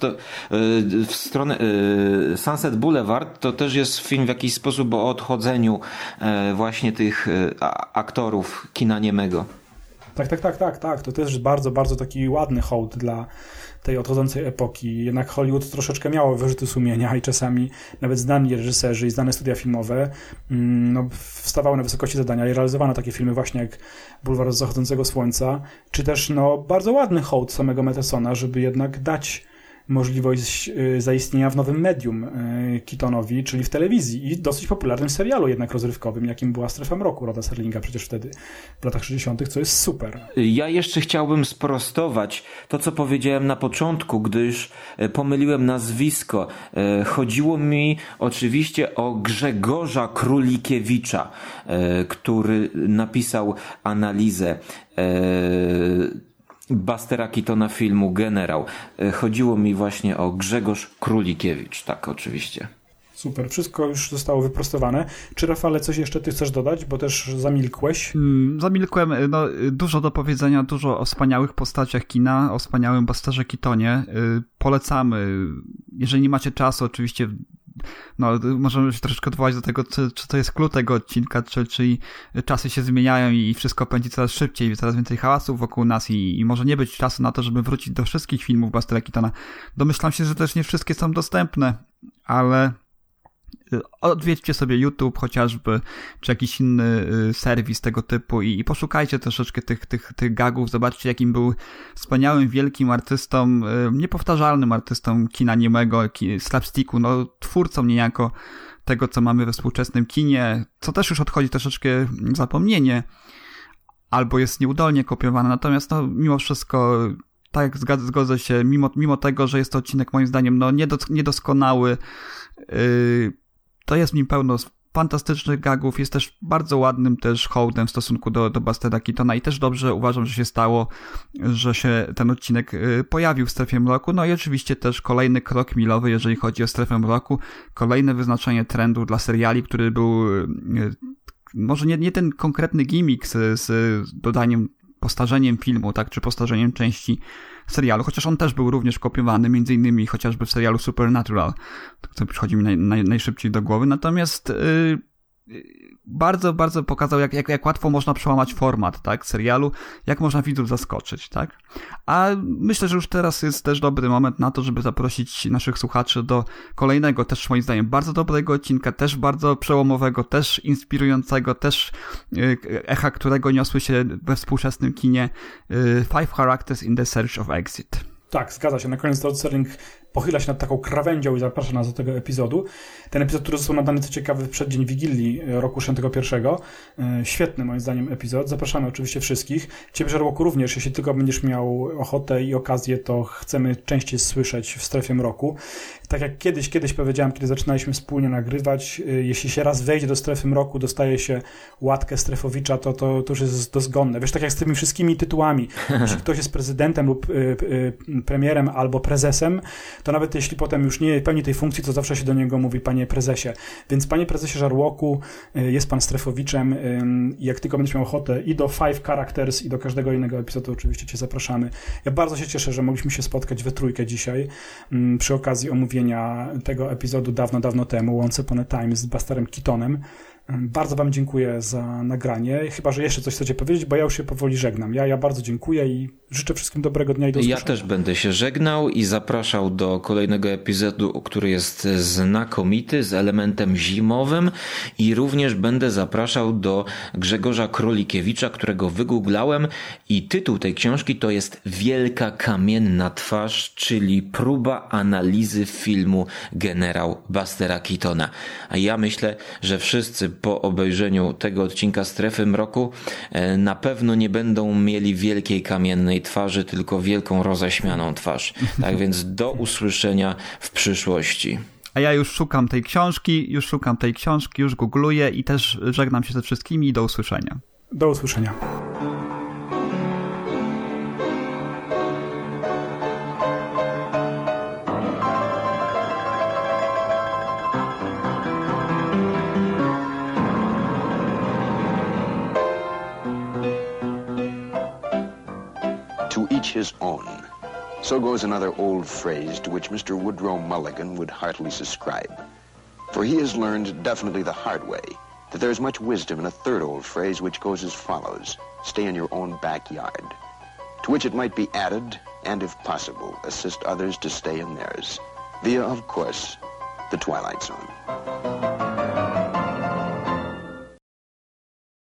Sunset Boulevard to też jest film w jakiś sposób o odchodzeniu właśnie tych aktorów kina niemego. Tak. To też bardzo, bardzo taki ładny hołd dla tej odchodzącej epoki. Jednak Hollywood troszeczkę miało wyrzuty sumienia i czasami nawet znani reżyserzy i znane studia filmowe wstawały na wysokości zadania i realizowano takie filmy właśnie jak Bulwar Zachodzącego Słońca, czy też bardzo ładny hołd samego Mathesona, żeby jednak dać możliwość zaistnienia w nowym medium Keatonowi, czyli w telewizji i dosyć popularnym serialu jednak rozrywkowym, jakim była Strefa Mroku Roda Serlinga przecież wtedy w latach 60., co jest super. Ja jeszcze chciałbym sprostować to, co powiedziałem na początku, gdyż pomyliłem nazwisko. Chodziło mi oczywiście o Grzegorza Królikiewicza, który napisał analizę Bustera Keatona filmu Generał. Chodziło mi właśnie o Grzegorz Królikiewicz, tak oczywiście. Super, wszystko już zostało wyprostowane. Czy Rafale, coś jeszcze ty chcesz dodać, bo też zamilkłeś? Zamilkłem, dużo do powiedzenia, dużo o wspaniałych postaciach kina, o wspaniałym Busterze Keatonie. Polecamy, jeżeli nie macie czasu, oczywiście, możemy się troszeczkę odwołać do tego, czy to jest klucz tego odcinka, czyli czasy się zmieniają i wszystko pędzi coraz szybciej, coraz więcej hałasów wokół nas i może nie być czasu na to, żeby wrócić do wszystkich filmów Bustera Keatona. Domyślam się, że też nie wszystkie są dostępne, ale odwiedźcie sobie YouTube chociażby, czy jakiś inny serwis tego typu i poszukajcie troszeczkę tych gagów, zobaczcie, jakim był wspaniałym, wielkim artystą, niepowtarzalnym artystą kina niemego, slapsticku, twórcą niejako tego, co mamy we współczesnym kinie, co też już odchodzi troszeczkę w zapomnienie, albo jest nieudolnie kopiowane, natomiast mimo wszystko, tak jak zgodzę się, mimo tego, że jest to odcinek moim zdaniem niedoskonały, to jest w nim pełno fantastycznych gagów, jest też bardzo ładnym też hołdem w stosunku do Bustera Keatona i też dobrze uważam, że się stało, że się ten odcinek pojawił w Strefie Mroku. I oczywiście też kolejny krok milowy, jeżeli chodzi o Strefę Mroku, kolejne wyznaczenie trendu dla seriali, który był może nie ten konkretny gimmick z dodaniem, postarzeniem filmu, tak, czy postarzeniem części serialu, chociaż on też był również kopiowany, między innymi chociażby w serialu Supernatural, co przychodzi mi najszybciej do głowy, natomiast bardzo, bardzo pokazał, jak łatwo można przełamać format, tak, serialu, jak można widzów zaskoczyć, tak. A myślę, że już teraz jest też dobry moment na to, żeby zaprosić naszych słuchaczy do kolejnego, też moim zdaniem bardzo dobrego odcinka, też bardzo przełomowego, też inspirującego, też echa którego niosły się we współczesnym kinie, 5 Characters in the Search of Exit. Tak, zgadza się. Na koniec Rod Serling pochyla się nad taką krawędzią i zaprasza nas do tego epizodu. Ten epizod, który został nadany, co ciekawe, w przeddzień Wigilii roku 61. Świetny, moim zdaniem, epizod. Zapraszamy oczywiście wszystkich. Ciebie, Żarłoku, również. Jeśli tylko będziesz miał ochotę i okazję, to chcemy częściej słyszeć w Strefie Mroku. Tak jak kiedyś powiedziałem, kiedy zaczynaliśmy wspólnie nagrywać, jeśli się raz wejdzie do Strefy Mroku, dostaje się łatkę Strefowicza, to już jest dozgonne. Wiesz, tak jak z tymi wszystkimi tytułami. Jeśli ktoś jest prezydentem lub premierem albo prezesem, to nawet jeśli potem już nie pełni tej funkcji, to zawsze się do niego mówi panie prezesie. Więc panie prezesie Żarłoku, jest pan Strefowiczem i jak tylko będziesz miał ochotę i do 5 Characters i do każdego innego epizodu oczywiście cię zapraszamy. Ja bardzo się cieszę, że mogliśmy się spotkać we trójkę dzisiaj przy okazji omówienia tego epizodu dawno temu, Once Upon a Time z Busterem Keatonem. Bardzo wam dziękuję za nagranie. Chyba, że jeszcze coś chcecie powiedzieć, bo ja już się powoli żegnam. Ja bardzo dziękuję i życzę wszystkim dobrego dnia i do usłyszenia. Ja też będę się żegnał i zapraszał do kolejnego epizodu, który jest znakomity, z elementem zimowym, i również będę zapraszał do Grzegorza Krolikiewicza, którego wygooglałem, i tytuł tej książki to jest Wielka kamienna twarz, czyli próba analizy filmu Generał Bustera Keatona. A ja myślę, że wszyscy po obejrzeniu tego odcinka Strefy Mroku na pewno nie będą mieli wielkiej kamiennej twarzy, tylko wielką roześmianą twarz. Tak więc do usłyszenia w przyszłości. A ja już szukam tej książki, już googluję i też żegnam się ze wszystkimi i do usłyszenia. Do usłyszenia. His own. So goes another old phrase to which Mr. Woodrow Mulligan would heartily subscribe. For he has learned definitely the hard way that there is much wisdom in a third old phrase which goes as follows: stay in your own backyard. To which it might be added, and if possible, assist others to stay in theirs, via, of course, the Twilight Zone.